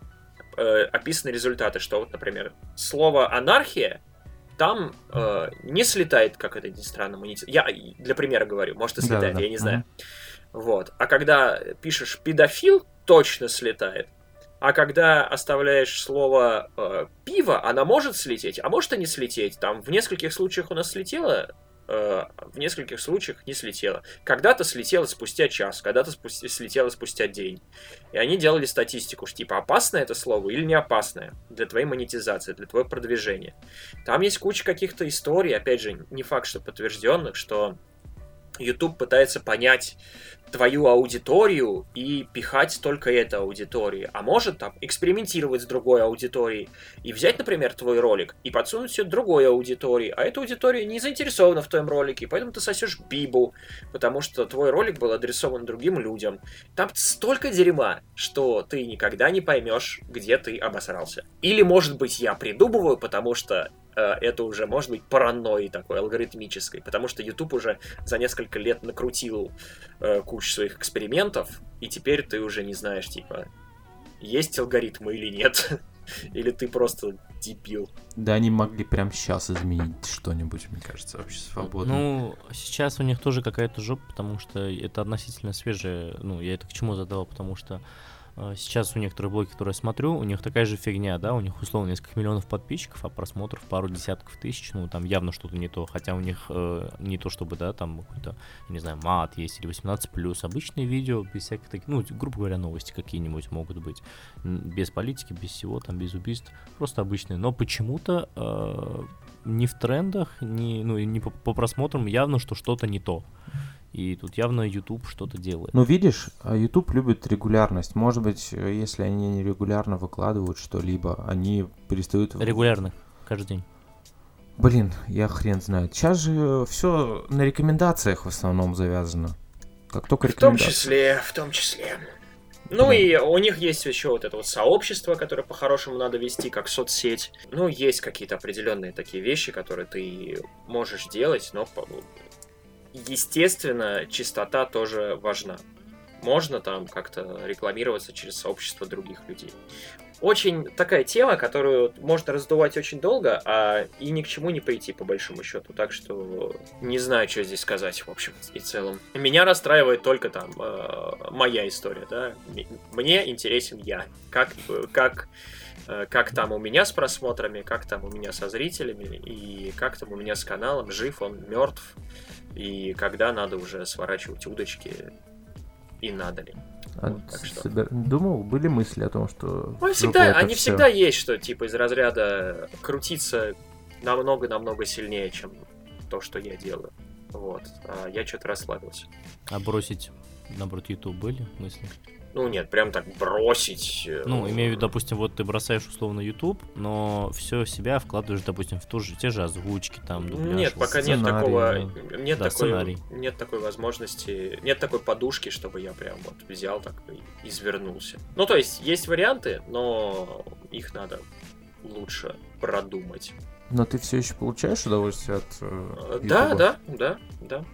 э, описаны результаты. Что вот, например, слово «анархия» там э, не слетает, как это ни странно, монетизация. Я для примера говорю, может и слетает, да, да, я не знаю. Uh-huh. Вот. А когда пишешь «педофил», точно слетает. А когда оставляешь слово э, «пиво», она может слететь, а может и не слететь. Там в нескольких случаях у нас слетело, э, в нескольких случаях не слетело. Когда-то слетело спустя час, когда-то спусти, слетело спустя день. И они делали статистику, что типа опасное это слово или не опасное для твоей монетизации, для твоего продвижения. Там есть куча каких-то историй, опять же, не факт, что подтвержденных, что YouTube пытается понять твою аудиторию и пихать только эту аудиторию. А может там экспериментировать с другой аудиторией и взять, например, твой ролик и подсунуть ее другой аудитории. А эта аудитория не заинтересована в твоем ролике, поэтому ты сосешь бибу, потому что твой ролик был адресован другим людям. Там столько дерьма, что ты никогда не поймешь, где ты обосрался. Или, может быть, я придумываю, потому что это уже может быть паранойей такой, алгоритмической, потому что YouTube уже за несколько лет накрутил э, кучу своих экспериментов, и теперь ты уже не знаешь, типа, есть алгоритмы или нет, или ты просто дебил. Да, они могли прямо сейчас изменить что-нибудь, мне кажется, вообще свободно. Ну, сейчас у них тоже какая-то жопа, потому что это относительно свежее, ну, я это к чему задавал, потому что сейчас у некоторых блогеров, которые я смотрю, у них такая же фигня, да, у них условно несколько миллионов подписчиков, а просмотров пару десятков тысяч, ну, там явно что-то не то, хотя у них э, не то чтобы, да, там какой-то, я не знаю, мат есть или восемнадцать плюс, обычные видео, без всяких таких, ну, грубо говоря, новости какие-нибудь могут быть, без политики, без всего, там, без убийств, просто обычные, но почему-то э, ни в трендах, ни, ну, ни по, по просмотрам явно, что что-то не то. И тут явно YouTube что-то делает. Ну, видишь, YouTube любит регулярность. Может быть, если они нерегулярно выкладывают что-либо, они перестают... Регулярно, каждый день. Блин, я хрен знает. Сейчас же все на рекомендациях в основном завязано. Как только В том рекомендации. числе, в том числе. Ну Да. и у них есть еще вот это вот сообщество, которое по-хорошему надо вести, как соцсеть. Ну, есть какие-то определенные такие вещи, которые ты можешь делать, но... Естественно, чистота тоже важна. Можно там как-то рекламироваться через сообщество других людей. Очень такая тема, которую можно раздувать очень долго, а и ни к чему не прийти, по большому счету. Так что не знаю, что здесь сказать, в общем и целом. Меня расстраивает только там э, моя история, да. Мне интересен я. Как, как, э, как там у меня с просмотрами, как там у меня со зрителями, и как там у меня с каналом, жив он, мертв. И когда надо уже сворачивать удочки, и надо ли. А Вот, так что. собер- Думал, были мысли о том, что... Ну, всегда, они всегда есть, что типа из разряда крутиться намного-намного сильнее, чем то, что я делаю. Вот. А я что-то расслабился. А бросить, наоборот, YouTube были мысли? Ну нет, прям так бросить. Ну, имею в виду, допустим, вот ты бросаешь условно YouTube, но все себя вкладываешь, допустим, в ту же, те же озвучки, там, дубляж. Нет, пока нет сценарий, такого, нет Да, такой, сценарий. нет такой возможности, нет такой подушки, чтобы я прям вот взял так и извернулся. Ну, то есть, есть варианты, но их надо лучше продумать. Но ты все еще получаешь удовольствие от э, Да, Ютуба? да, да, да.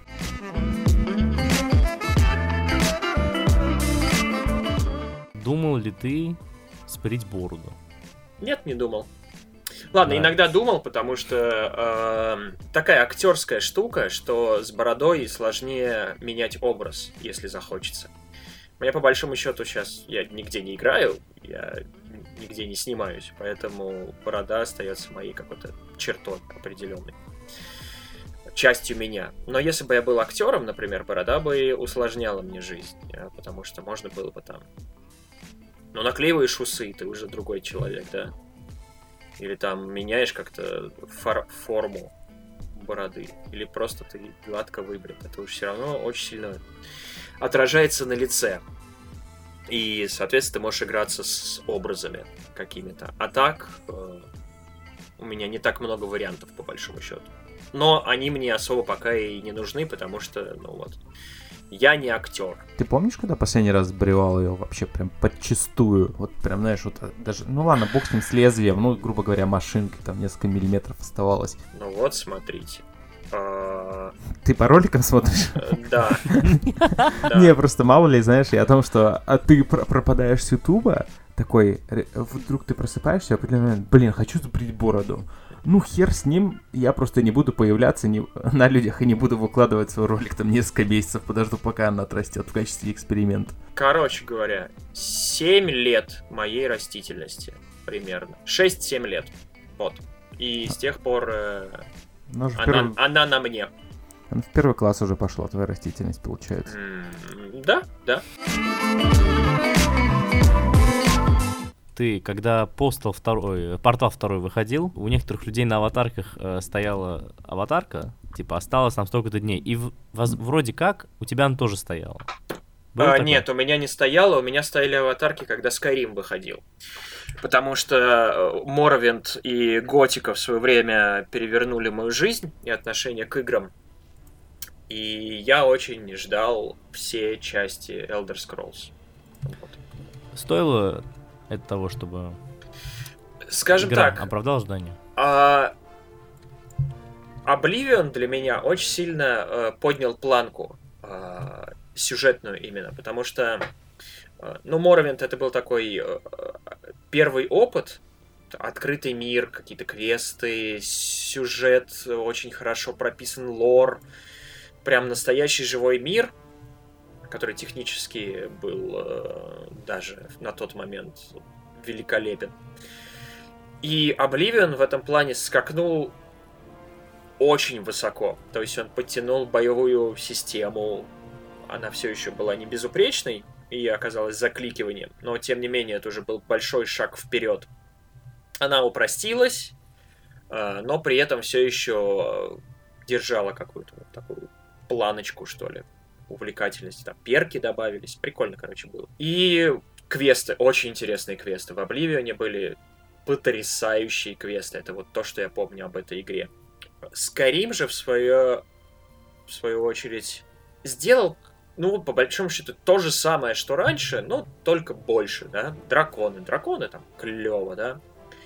Думал ли ты сбрить бороду? Нет, не думал. Ладно, Да. иногда думал, потому что э, такая актерская штука, что с бородой сложнее менять образ, если захочется. Мне по большому счету сейчас я нигде не играю, я нигде не снимаюсь, поэтому борода остается моей какой-то чертой определенной, частью меня. Но если бы я был актером, например, борода бы усложняла мне жизнь, а, потому что можно было бы там... Ну, наклеиваешь усы, ты уже другой человек, да? Или там меняешь как-то фор- форму бороды. Или просто ты гладко выбрит. Это уж все равно очень сильно отражается на лице. И, соответственно, ты можешь играться с образами какими-то. А так, э, у меня не так много вариантов, по большому счету. Но они мне особо пока и не нужны, потому что, ну вот, я не актер. Ты помнишь, когда последний раз сбривал ее вообще прям подчистую? Вот прям, знаешь, вот даже... Ну ладно, бог с ним, с лезвием, ну, грубо говоря, машинкой, там несколько миллиметров оставалось. Ну вот, смотрите. А, Ты по роликам смотришь? э, Да. Не, просто мало ли, знаешь, и о том, что а ты про- пропадаешь с Ютуба, такой, ре- вдруг ты просыпаешься, и в определенный момент, блин, хочу сбрить бороду. Ну, хер с ним, я просто не буду появляться не, на людях и не буду выкладывать свой ролик там несколько месяцев, подожду, пока она отрастет в качестве эксперимента. Короче говоря, семь лет моей растительности примерно. шесть-семь лет. Вот. И с тех пор э, Ну, уже в, она, первый, она на мне. в первый класс уже пошла твоя растительность, получается. М, Да, да. Ты, когда постал второй, портал второй выходил, у некоторых людей на аватарках э, стояла аватарка, типа, осталось нам столько-то дней. И в- воз- вроде как у тебя она тоже стояла. Было А, такое? нет, у меня не стояло, у меня стояли аватарки, когда Skyrim выходил. Потому что э, Morrowind и Готика в свое время перевернули мою жизнь и отношение к играм. И я очень ждал все части Elder Scrolls. Вот. Стоило это того, чтобы Скажем игра так, оправдала ожидания? а, Oblivion для меня очень сильно э, поднял планку э, сюжетную именно, потому что, э, ну, Morrowind это был такой э, первый опыт, открытый мир, какие-то квесты, сюжет, очень хорошо прописан лор, прям настоящий живой мир, который технически был э, даже на тот момент великолепен. И Oblivion в этом плане скакнул очень высоко. То есть он подтянул боевую систему. Она все еще была не безупречной и оказалась закликиванием. Но, тем не менее, это уже был большой шаг вперед. Она упростилась, но при этом все еще держала какую-то вот такую планочку, что ли, увлекательности. Там перки добавились. Прикольно, короче, было. И квесты. Очень интересные квесты. В Oblivion'е были потрясающие квесты. Это вот то, что я помню об этой игре. Skyrim же в свою, в свою очередь сделал, ну, по большому счету, то же самое, что раньше, но только больше, да. Драконы. Драконы там клево, да.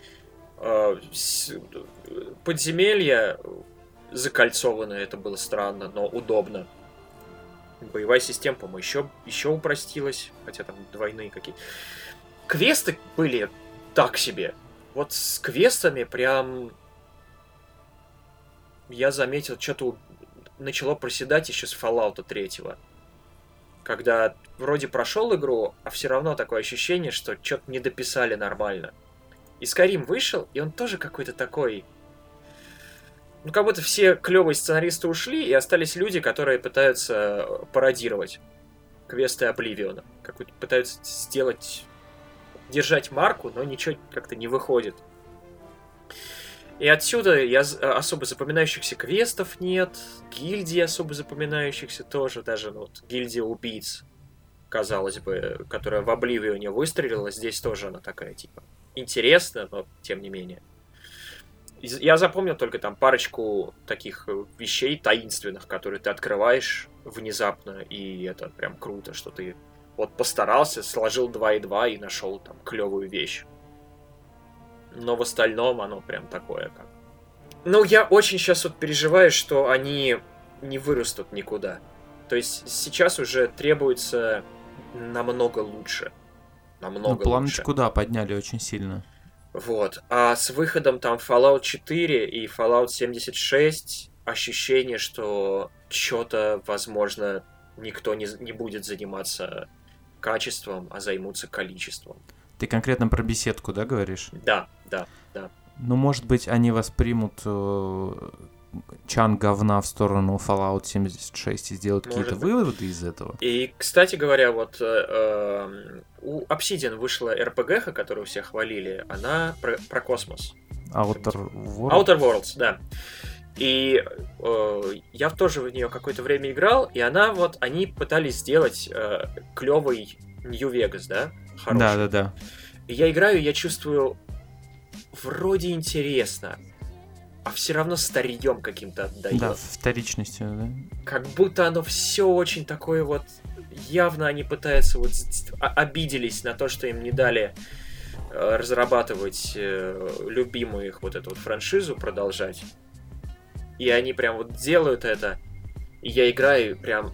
Подземелья закольцованные, это было странно, но удобно. Боевая система, по-моему, еще, еще упростилась, хотя там двойные какие-то. Квесты были так себе. Вот с квестами прям... Я заметил, что-то начало проседать еще с Fallout три. Когда вроде прошел игру, а все равно такое ощущение, что что-то не дописали нормально. И Skyrim вышел, и он тоже какой-то такой... Ну, как будто все клевые сценаристы ушли, и остались люди, которые пытаются пародировать квесты Обливиона. Как-то пытаются сделать... Держать марку, но ничего как-то не выходит. И отсюда я особо запоминающихся квестов нет, гильдии особо запоминающихся тоже, даже ну, вот, гильдия убийц, казалось бы, которая в Обливионе выстрелила, здесь тоже она такая, типа, интересная, но тем не менее. Я запомнил только там парочку таких вещей таинственных, которые ты открываешь внезапно, и это прям круто, что ты вот постарался, сложил два и два и нашел там клевую вещь. Но в остальном оно прям такое как... Ну, я очень сейчас вот переживаю, что они не вырастут никуда. То есть сейчас уже требуется намного лучше. Намного ну, планочку, лучше. Да, подняли очень сильно. Вот. А с выходом там Fallout четыре и Fallout семьдесят шесть ощущение, что что-то, возможно, никто не, не будет заниматься качеством, а займутся количеством. Ты конкретно про беседку, да, говоришь? Да, да, да. Ну, может быть, они воспримут э, чан говна в сторону Fallout семьдесят шесть и сделают может какие-то быть. Выводы из этого. И, кстати говоря, вот э, у Obsidian вышла эр пи джи-ха, которую все хвалили, она про, про космос. Outer Worlds? Outer Worlds, да. И э, я тоже в нее какое-то время играл, и она вот, они пытались сделать э, клевый Нью-Вегас, да? Хороший. Да, да, да. И я играю, я чувствую, вроде интересно, а все равно старьем каким-то отдает. Да, вторичностью, да. Как будто оно все очень такое вот, явно они пытаются вот обиделись на то, что им не дали э, разрабатывать э, любимую их вот эту вот франшизу, продолжать. И они прям вот делают это, и я играю прям...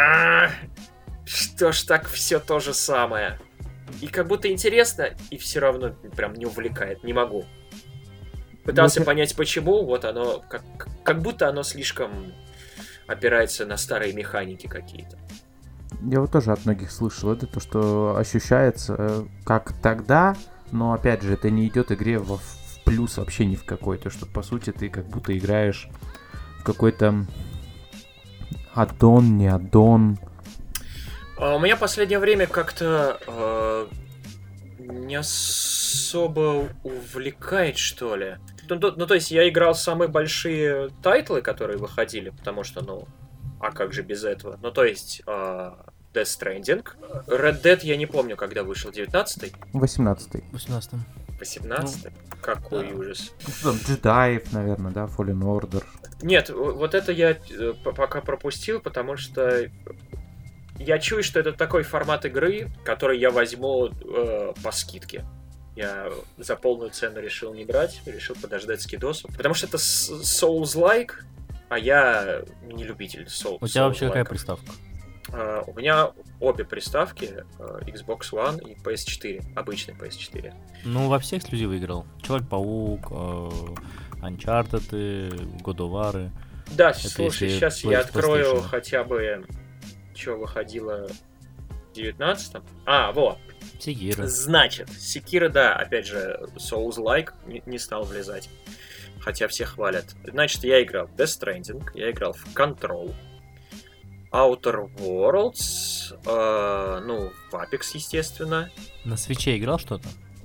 Что ж так все то же самое? И как будто интересно, и все равно прям не увлекает, не могу. Пытался ну, понять почему, вот оно, как, как будто оно слишком опирается на старые механики какие-то. Я вот тоже от многих слышал это, то что ощущается как тогда, но опять же это не идет игре в, в плюс вообще ни в какой, то что по сути ты как будто играешь в какой-то аддон, не аддон. У меня последнее время как-то э, не особо увлекает, что ли. Ну, то, ну, то есть я играл самые большие тайтлы, которые выходили, потому что, ну, а как же без этого? Ну, то есть э, Death Stranding. Red Dead я не помню, когда вышел, девятнадцатый? восемнадцатый. восемнадцатый. восемнадцатый? Ну, какой да. ужас. Там джедаев, наверное, да, Fallen Order. Нет, вот это я пока пропустил, потому что я чую, что это такой формат игры, который я возьму э, по скидке. Я за полную цену решил не брать, решил подождать скидосов. Потому что это Souls-like, а я не любитель соул. У тебя вообще какая приставка? Uh, у меня обе приставки, uh, Xbox One и пи эс четыре, обычный пи эс четыре. Ну, во все эксклюзивы играл. Человек-паук, uh, Uncharted, God of War. Да, это слушай, сейчас я открою PlayStation. хотя бы, что выходило в девятнадцатом. А, вот. Sekiro. Значит, Sekiro, да, опять же, Souls-like, не, не стал влезать. Хотя все хвалят. Значит, я играл в Death Stranding, я играл в Control, Outer Worlds, э, ну, в Apex, естественно. На свитче играл что-то?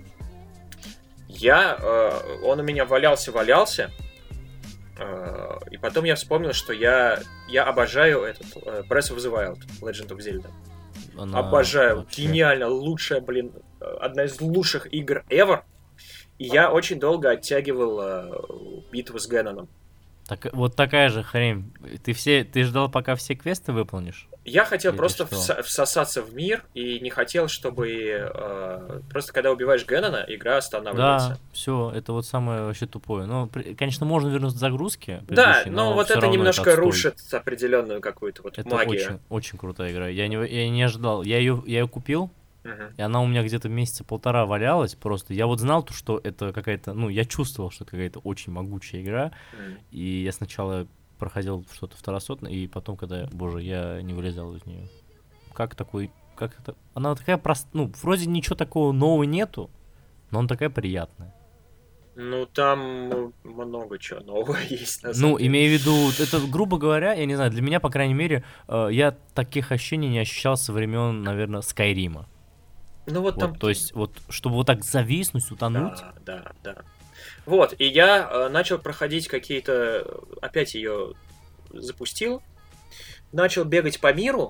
Я, э, он у меня валялся-валялся, э, и потом я вспомнил, что я, я обожаю этот э, Breath of the Wild, Legend of Zelda. Она Обожаю, вообще... гениально, лучшая, блин, одна из лучших игр ever. И я очень долго оттягивал э, битву с Гэноном. Так, вот такая же хрень. Ты все, ты ждал, пока все квесты выполнишь? Я хотел Или просто что? всо- всосаться в мир и не хотел, чтобы э, просто когда убиваешь Гэнона, игра останавливается. Да, все, это вот самое вообще тупое. Ну, при- конечно, можно вернуться к загрузке. Да, предыдущей, но вот всё это равно немножко отстой. рушит определенную какую-то вот Это магию. очень, очень крутая игра. Я не, я не ожидал. Я ее, я ее купил, Мгм. и она у меня где-то месяца полтора валялась просто. Я вот знал, то, что это какая-то... Ну, я чувствовал, что это какая-то очень могучая игра. М. И я сначала проходил что-то второсортное, и потом, когда, боже, я не вылезал из нее. Как такой... Как это... Она такая простая... Ну, вроде ничего такого нового нету, но она такая приятная. Ну, там ну, много чего нового есть. На Ну, самом деле. имею в виду, это, грубо говоря, я не знаю, для меня, по крайней мере, э, я таких ощущений не ощущал со времен, наверное, Скайрима. Ну, вот, Вот, там... то есть, вот, чтобы вот так зависнуть, утонуть. Да, да, да. Вот, и я э, начал проходить какие-то... Опять ее запустил. Начал бегать по миру.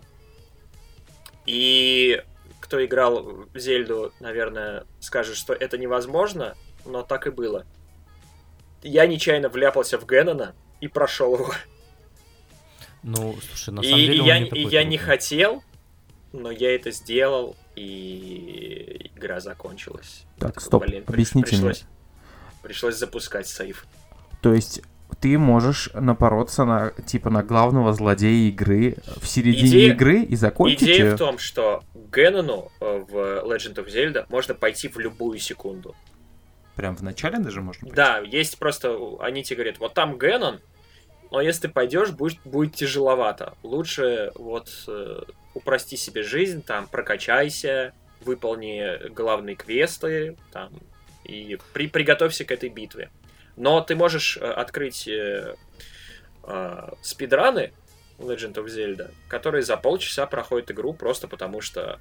И кто играл в Зельду, наверное, скажет, что это невозможно, но так и было. Я нечаянно вляпался в Гэнона и прошел его. Ну, слушай, на И, самом деле и он я, не и такой я не трудный. хотел, но я это сделал, и игра закончилась. Так, Такой, стоп, блин, при- объясните пришлось, мне. пришлось запускать сейв. То есть ты можешь напороться на, типа, на главного злодея игры в середине Идея- игры и закончить Идея её? в том, что Гэнону э, в Legend of Zelda можно пойти в любую секунду. Прям в начале даже можно пойти? Да, есть просто... Они тебе говорят, вот там Гэнон, но если ты пойдешь, будет, будет тяжеловато. Лучше вот э, упрости себе жизнь, там, прокачайся, выполни главные квесты, там, и при, приготовься к этой битве. Но ты можешь э, открыть э, э, спидраны Legend of Zelda, которые за полчаса проходят игру просто потому, что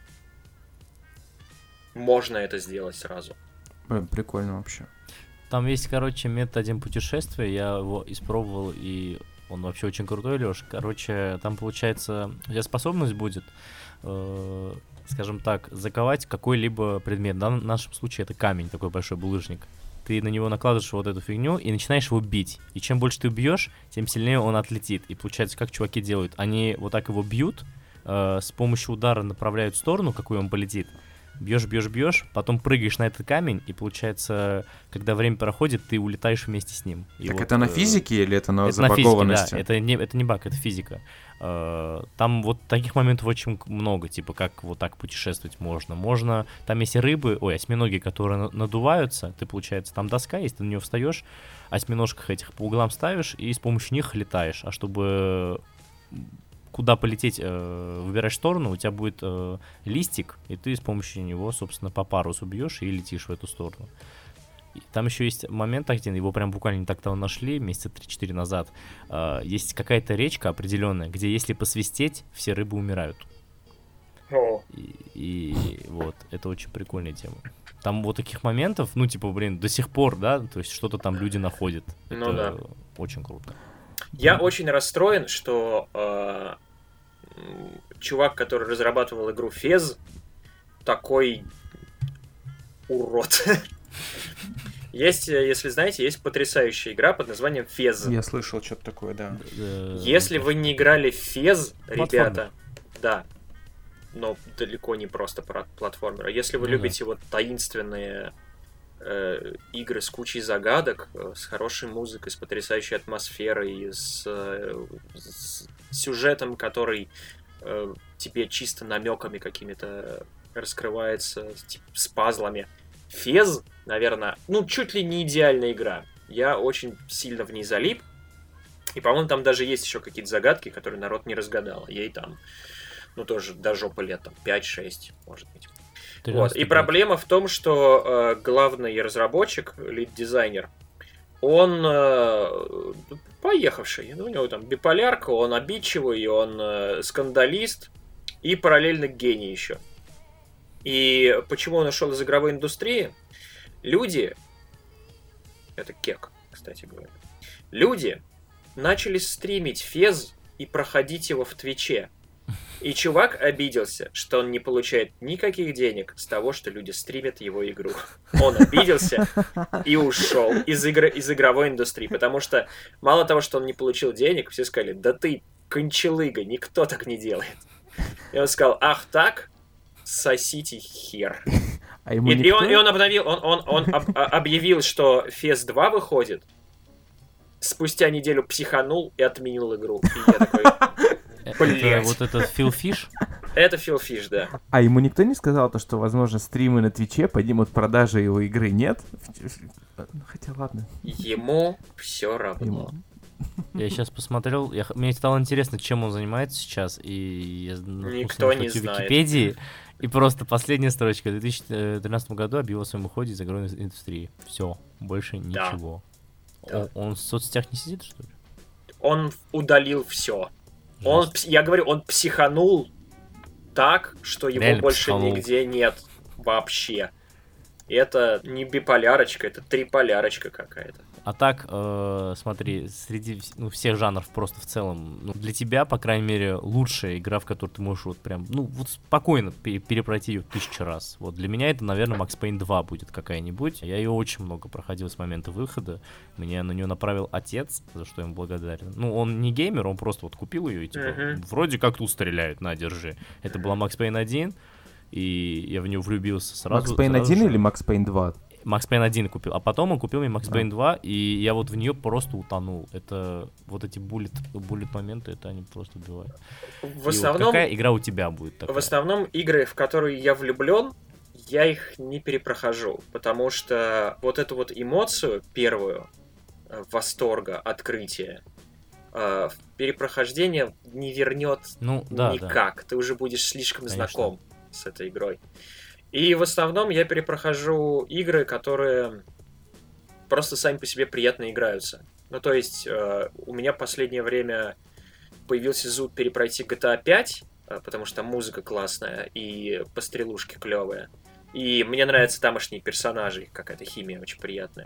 можно это сделать сразу. Блин, прикольно вообще. Там есть, короче, метод один путешествия, я его испробовал, и он вообще очень крутой, Лёш. Короче, там, получается, у тебя способность будет, э, скажем так, заковать какой-либо предмет. В данном- нашем случае это камень, такой большой булыжник. Ты на него накладываешь вот эту фигню и начинаешь его бить. И чем больше ты бьешь, тем сильнее он отлетит. И получается, как чуваки делают? Они вот так его бьют, э, с помощью удара направляют в сторону, какую он полетит. Бьешь, бьешь, бьешь, потом прыгаешь на этот камень, и получается, когда время проходит, ты улетаешь вместе с ним. И Так вот, это на э, физике или это на это на физике, забагованности? да. Это не, это не баг, это физика. Э, Там вот таких моментов очень много, типа как вот так путешествовать можно. Можно, там есть рыбы, ой, осьминоги, которые на- надуваются, ты, получается, там доска есть, ты на нее встаешь, осьминожках этих по углам ставишь и с помощью них летаешь. А чтобы куда полететь, э, выбираешь сторону, у тебя будет э, листик, и ты с помощью него, собственно, по парусу бьешь и летишь в эту сторону. И там еще есть момент один, его прям буквально не так давно нашли, месяца три-четыре назад. Э, есть какая-то речка определенная, где если посвистеть, все рыбы умирают. О, И, и вот, это очень прикольная тема. Там вот таких моментов, ну, типа, блин, до сих пор, да, то есть что-то там люди находят. Ну Это да. очень круто. Я очень расстроен, что э, м, чувак, который разрабатывал игру Фез, такой урод. Есть, э, если знаете, есть потрясающая игра под названием Фез. Я слышал что-то такое, да. Э, Если вы не играли в Фез, Платформер. ребята, да, но далеко не просто про платформер. Если вы Ну любите вот таинственные э, игры с кучей загадок, э, с хорошей музыкой, с потрясающей атмосферой, с, э, с сюжетом, который э, тебе чисто намеками какими-то раскрывается, типа, с пазлами. Фез, наверное, ну, чуть ли не идеальная игра. Я очень сильно в ней залип. И, по-моему, там даже есть еще какие-то загадки, которые народ не разгадал. Ей там, ну, тоже до жопы лет, там, пять-шесть, может быть. Вот. И проблема в том, что э, главный разработчик, лид-дизайнер, он э, поехавший. Ну, у него там биполярка, он обидчивый, он э, скандалист и параллельно гений еще. И почему он ушел из игровой индустрии? Люди, это кек, кстати говоря, люди начали стримить Фез и проходить его в Твиче. И чувак обиделся, что он не получает никаких денег с того, что люди стримят его игру. Он обиделся и ушел из, игры, из игровой индустрии, потому что мало того, что он не получил денег, все сказали, да ты кончалыга, никто так не делает. И он сказал, ах так, сосите хер. А ему и, никто... и, он, и он, обновил, он, он, он об, объявил, что Фез два выходит, спустя неделю психанул и отменил игру. И я такой... Это вот этот Фил Фиш? Это Фил Фиш, да. А ему никто не сказал то, что, возможно, стримы на Твиче поднимут продажи его игры? Нет? Хотя ладно. Ему все равно. Ему. Я сейчас посмотрел, я, мне стало интересно, чем он занимается сейчас, и я Никто не в знает. Википедии, и просто последняя строчка. В две тысячи тринадцатом году объявил о своем уходе из игровой индустрии. Все, больше ничего. Да. Он, он в соцсетях не сидит, что ли? Он удалил все. Он, я говорю, он психанул так, что его Реально больше психанул. нигде нет вообще. Это не биполярочка, это триполярочка какая-то. А так, э, смотри, среди ну, всех жанров просто в целом, ну, для тебя, по крайней мере, лучшая игра, в которой ты можешь вот прям, ну, вот спокойно пе- перепройти ее тысячу раз. Вот для меня это, наверное, Max Payne два будет какая-нибудь. Я ее очень много проходил с момента выхода. Меня на нее направил отец, за что я ему благодарен. Ну, он не геймер, он просто вот купил ее и типа, Мгм. вроде как тут стреляют, на, держи. Это была Max Payne один, и я в нее влюбился сразу. Max Payne сразу один же. или Max Payne два? Max Payne один купил, а потом он купил мне Max Да. Payne два, и я вот в нее просто утонул. Это вот эти буллет, буллет моменты, это они просто убивают. В И вот основном, какая игра у тебя будет такая? в основном игры, в которые я влюблен, я их не перепрохожу, потому что вот эту вот эмоцию первую, э, восторга, открытия, э, перепрохождение не вернет Ну, да, да. никак. Ты уже будешь слишком Конечно. знаком с этой игрой. И в основном я перепрохожу игры, которые просто сами по себе приятно играются. Ну, то есть, э, у меня в последнее время появился зуд перепройти джи ти эй пять, э, потому что там музыка классная и пострелушки клевые. И мне нравятся тамошние персонажи, какая-то химия очень приятная.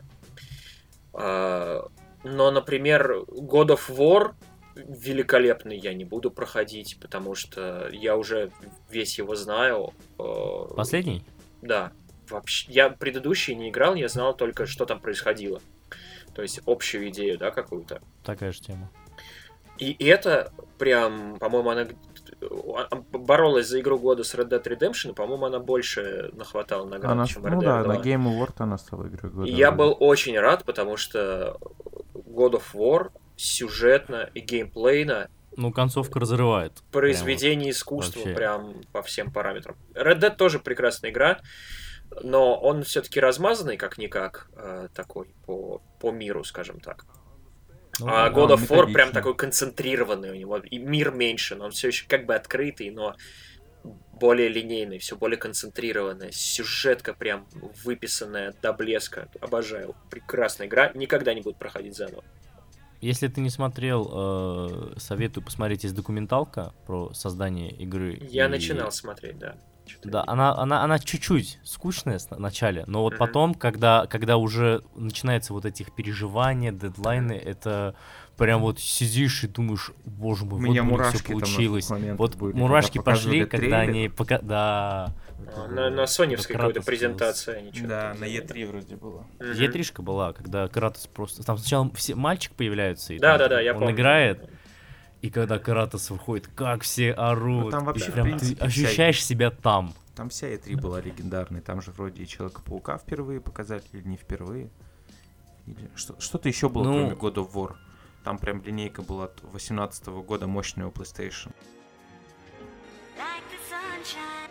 Э, но, например, God of War великолепный я не буду проходить, потому что я уже весь его знаю. Э, Последний? Да. Вообще, я предыдущий не играл, я знал только, что там происходило. То есть общую идею, да, какую-то. Такая же тема. И это прям, по-моему, она боролась за игру года с Red Dead Redemption, и, по-моему, она больше нахватала наград, Она, чем ну Red Dead да, два. на Game Award она стала игрой года. И я вроде. был очень рад, потому что God of War сюжетно и геймплейно Ну, концовка разрывает. произведение искусства вообще. прям по всем параметрам. Red Dead тоже прекрасная игра, но он все-таки размазанный как-никак э, такой по, по миру, скажем так. Ну, А да, God of War методично. прям такой концентрированный у него. И мир меньше, но он все еще как бы открытый, но более линейный, все более концентрированный. Сюжетка прям выписанная до блеска. Обожаю. Прекрасная игра. Никогда не буду проходить заново. Если ты не смотрел, э, советую посмотреть, есть документалка про создание игры. Я и- начинал смотреть, да. Что-то Да, не- она, она, она чуть-чуть скучная в начале, но вот Мгм. потом, когда, когда уже начинается вот этих переживания, дедлайны, это прям вот сидишь и думаешь, боже мой, У меня вот мурашки все там на получилось. тот момент Вот были, мурашки когда пошли, показывали когда трейлер. они... Пока... Да. А, На, на соневской Когда какой-то Кратос презентации они что-то Да, там на делали. и три вроде было. Мгм. е три была, когда Кратос просто... Там сначала все... мальчик появляется, и Да, там да, да, я он помню. играет, и когда Кратос выходит, как все орут. Ну, там вообще, и в прям принципе, ты ощущаешь себя там. Там вся и три была легендарной. Там же вроде и Человека-паука впервые показали, или не впервые. Или что- что-то еще было, Ну- кроме God of War. Там прям линейка была от восемнадцатого года, мощная у PlayStation. Like the sunshine,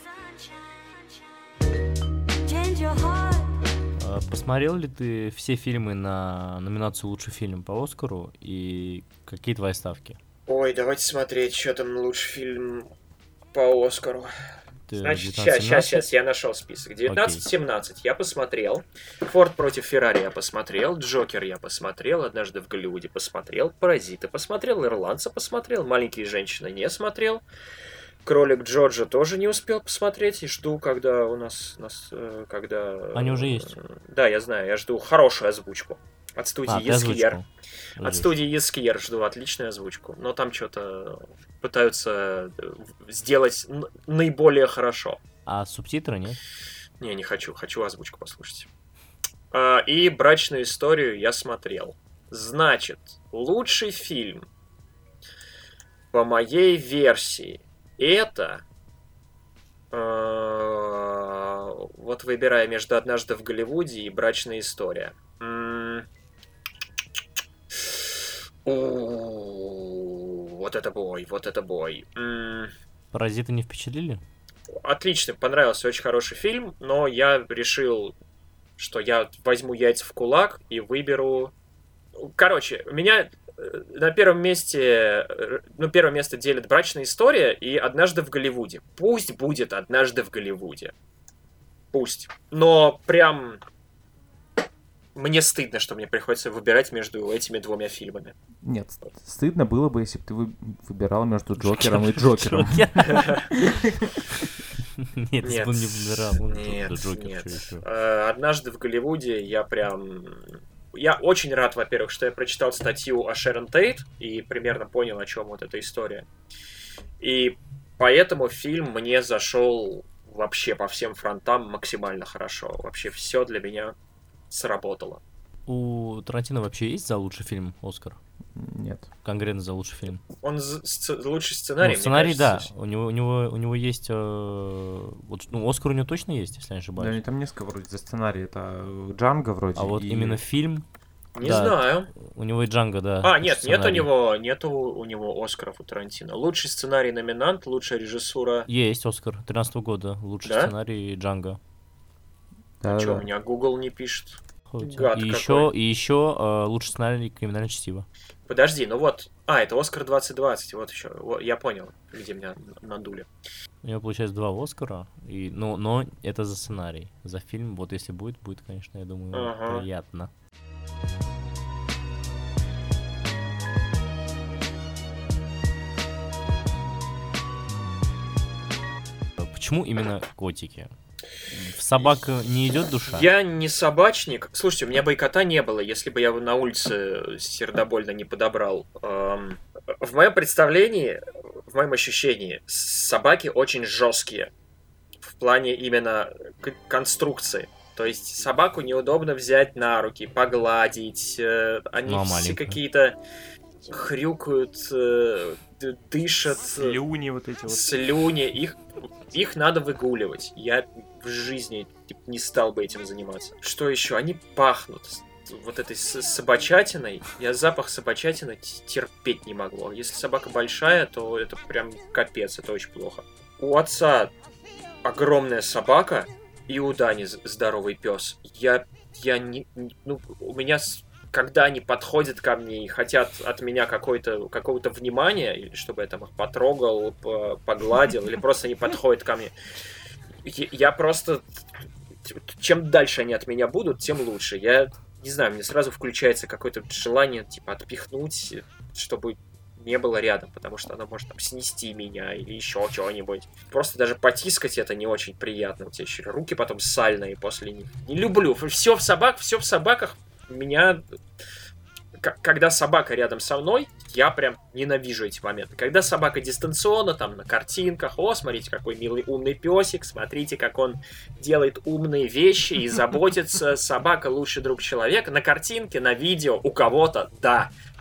like the sunshine. Change your heart. А посмотрел ли ты все фильмы на номинацию «Лучший фильм» по Оскару? И какие твои ставки? Ой, давайте смотреть, что там лучший фильм по Оскару. Ты Значит, сейчас, девятнадцать сейчас, семнадцать? сейчас, я нашел список. девятнадцать семнадцать я посмотрел. Форд против Феррари я посмотрел. Джокер я посмотрел. Однажды в Голливуде посмотрел. Паразиты посмотрел. Ирландца посмотрел. Маленькие женщины не смотрел. Кролик Джорджа тоже не успел посмотреть. И жду, когда у нас... нас э, когда... Они уже есть. э, Да, я знаю. Я жду хорошую озвучку. От студии А, ты Ескиер. озвучил. От Ждешь. студии Ескиер жду отличную озвучку. Но там что-то пытаются э, сделать н- наиболее хорошо. А субтитры нет? Не, не хочу. Хочу озвучку послушать. А, и «Брачную историю» я смотрел. Значит, лучший фильм по моей версии это... э, Вот выбирая между «Однажды в Голливуде» и «Брачная история». М, у, Вот это бой, вот это бой. М, Паразиты не впечатлили? Отлично, понравился, очень хороший фильм, но я решил, что я возьму яйца в кулак и выберу... Короче, у меня э, на первом месте, э, ну, первое место делит «Брачная история» и «Однажды в Голливуде». Пусть будет «Однажды в Голливуде». Пусть. Но прям... Мне стыдно, что мне приходится выбирать между этими двумя фильмами. Нет, ст- стыдно было бы, если бы ты вы- выбирал между Джокером и Джокером. Нет, Нет. если бы он не выбирал. он Нет, тут Джокер, нет. что еще? Э, Однажды в Голливуде я прям... Я очень рад, во-первых, что я прочитал статью о Шерон Тейт и примерно понял, о чем вот эта история. И поэтому фильм мне зашел вообще по всем фронтам максимально хорошо. Вообще все для меня сработало. У Тарантино вообще есть за лучший фильм Оскар? Нет. Конкретно за лучший фильм? Он з- сц- лучший сценарий, Ну, мне сценарий, да. кажется. У него, у него, у него есть... э, вот, ну, Оскар у него точно есть, если я не Да, ошибаюсь. они там несколько вроде за сценарий. Это Джанго вроде. А вот и- именно фильм, Не да. знаю. у него и Джанго, да. А, нет, нет у сценарий. него, нету у него Оскаров у Тарантино. Лучший сценарий номинант, лучшая режиссура. Есть Оскар тринадцатого года. Лучший Да? сценарий Джанго. Да, Что, у да. меня Google не пишет? Ходит. Гад и какой. еще, и еще э, лучший сценарий криминальное чтиво. Подожди, ну вот. А, это Оскар двадцать двадцать, вот еще. Вот, я понял, где меня надули. У него получается два Оскара, и, ну, но это за сценарий. За фильм, вот если будет, будет, конечно, я думаю, Ага. приятно. Почему именно котики? В собак не идет душа? Я не собачник. Слушайте, у меня бы и кота не было, если бы я его на улице сердобольно не подобрал. Эм, В моем представлении, в моем ощущении, собаки очень жесткие. В плане именно к- конструкции. То есть собаку неудобно взять на руки, погладить. э, Они Ну, а все маленькая? какие-то хрюкают, э, д- дышат. Слюни вот эти вот. Слюни, их, их надо выгуливать. Я в жизни типа, не стал бы этим заниматься. Что еще? Они пахнут с- вот этой с- собачатиной. Я запах собачатины т- терпеть не могу. Если собака большая, то это прям капец, это очень плохо. У отца огромная собака, и у Дани з- здоровый пес. Я, я не, не- ну, у меня с- когда они подходят ко мне и хотят от меня какой-то, какого-то внимания, или чтобы я там их потрогал, по- погладил, или просто они подходят ко мне, я я просто... Чем дальше они от меня будут, тем лучше. Я не знаю, мне сразу включается какое-то желание, типа, отпихнуть, чтобы не было рядом, потому что она может там снести меня или еще чего-нибудь. Просто даже потискать это не очень приятно. У тебя еще руки потом сальные после них. Не люблю. Все в собак, все в собаках. Меня... К- Когда собака рядом со мной, я прям ненавижу эти моменты. Когда собака дистанционно, там, на картинках, о, смотрите, какой милый умный песик, смотрите, как он делает умные вещи и заботится, собака лучший друг человека. На картинке, на видео, у кого-то, да.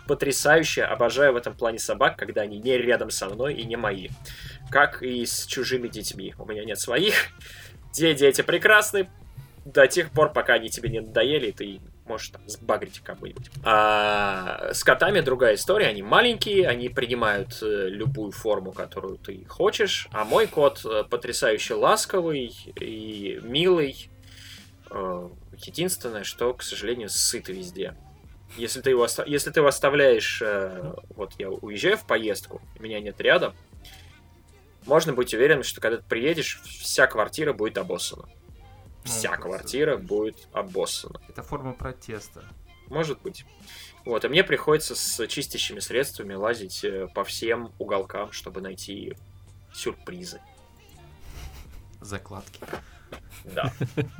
потрясающе, обожаю в этом плане собак, когда они не рядом со мной и не мои. Как и с чужими детьми. У меня нет своих. Те дети прекрасны до тех пор, пока они тебе не надоели, и ты можешь там сбагрить кому-нибудь. А с котами другая история. Они маленькие, они принимают э, любую форму, которую ты хочешь. А мой кот э, потрясающе ласковый и милый. Э, единственное, что, к сожалению, сыт везде. Если ты его, оста- если ты его оставляешь... Э, вот я уезжаю в поездку, меня нет рядом, можно быть уверенным, что когда ты приедешь, вся квартира будет обоссана. Вся Ну, квартира будет обоссана. Это форма протеста. Может быть. Вот, и мне приходится с чистящими средствами лазить э, по всем уголкам, чтобы найти сюрпризы. Закладки. Да.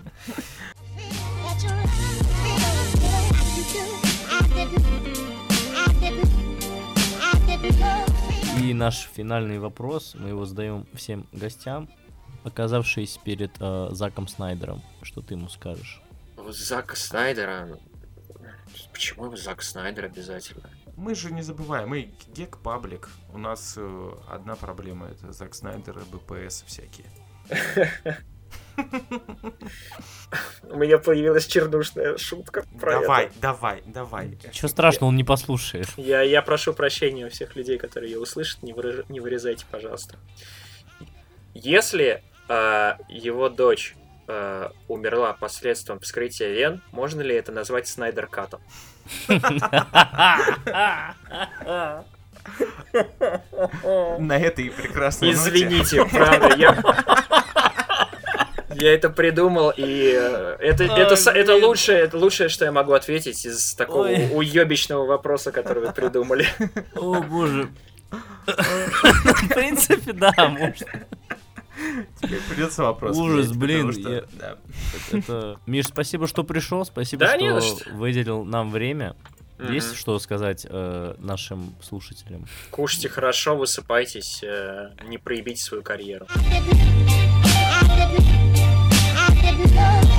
И наш финальный вопрос, мы его задаем всем гостям, оказавшись перед э, Заком Снайдером. Что ты ему скажешь? Вот Зака Снайдера... Почему его Зак Снайдер обязательно? Мы же не забываем, мы гек-паблик. У нас э, одна проблема, это Зак Снайдер и БПС всякие. У меня появилась чернушная шутка про Давай, это. давай, давай. Чего страшного, он не послушает. Я, я прошу прощения у всех людей, которые ее услышат. Не, выраж... не вырезайте, пожалуйста. Если э, его дочь э, умерла посредством вскрытия вен, можно ли это назвать Снайдер-катом? На этой прекрасной ноте. Извините, правда, я... Я это придумал, и э, это, Ой, это, с- это, блин. лучшее, это лучшее, что я могу ответить из такого Ой. уебищного вопроса, который вы придумали. О, боже. В принципе, да, может. Тебе придется вопрос. Ужас, менять, блин, потому что- я- да. Это... Миш, спасибо, что пришел, спасибо, Да, не за что что. выделил нам время. Мгм. Есть что сказать э, нашим слушателям? Кушайте хорошо, высыпайтесь, э, не проебите свою карьеру. I didn't know.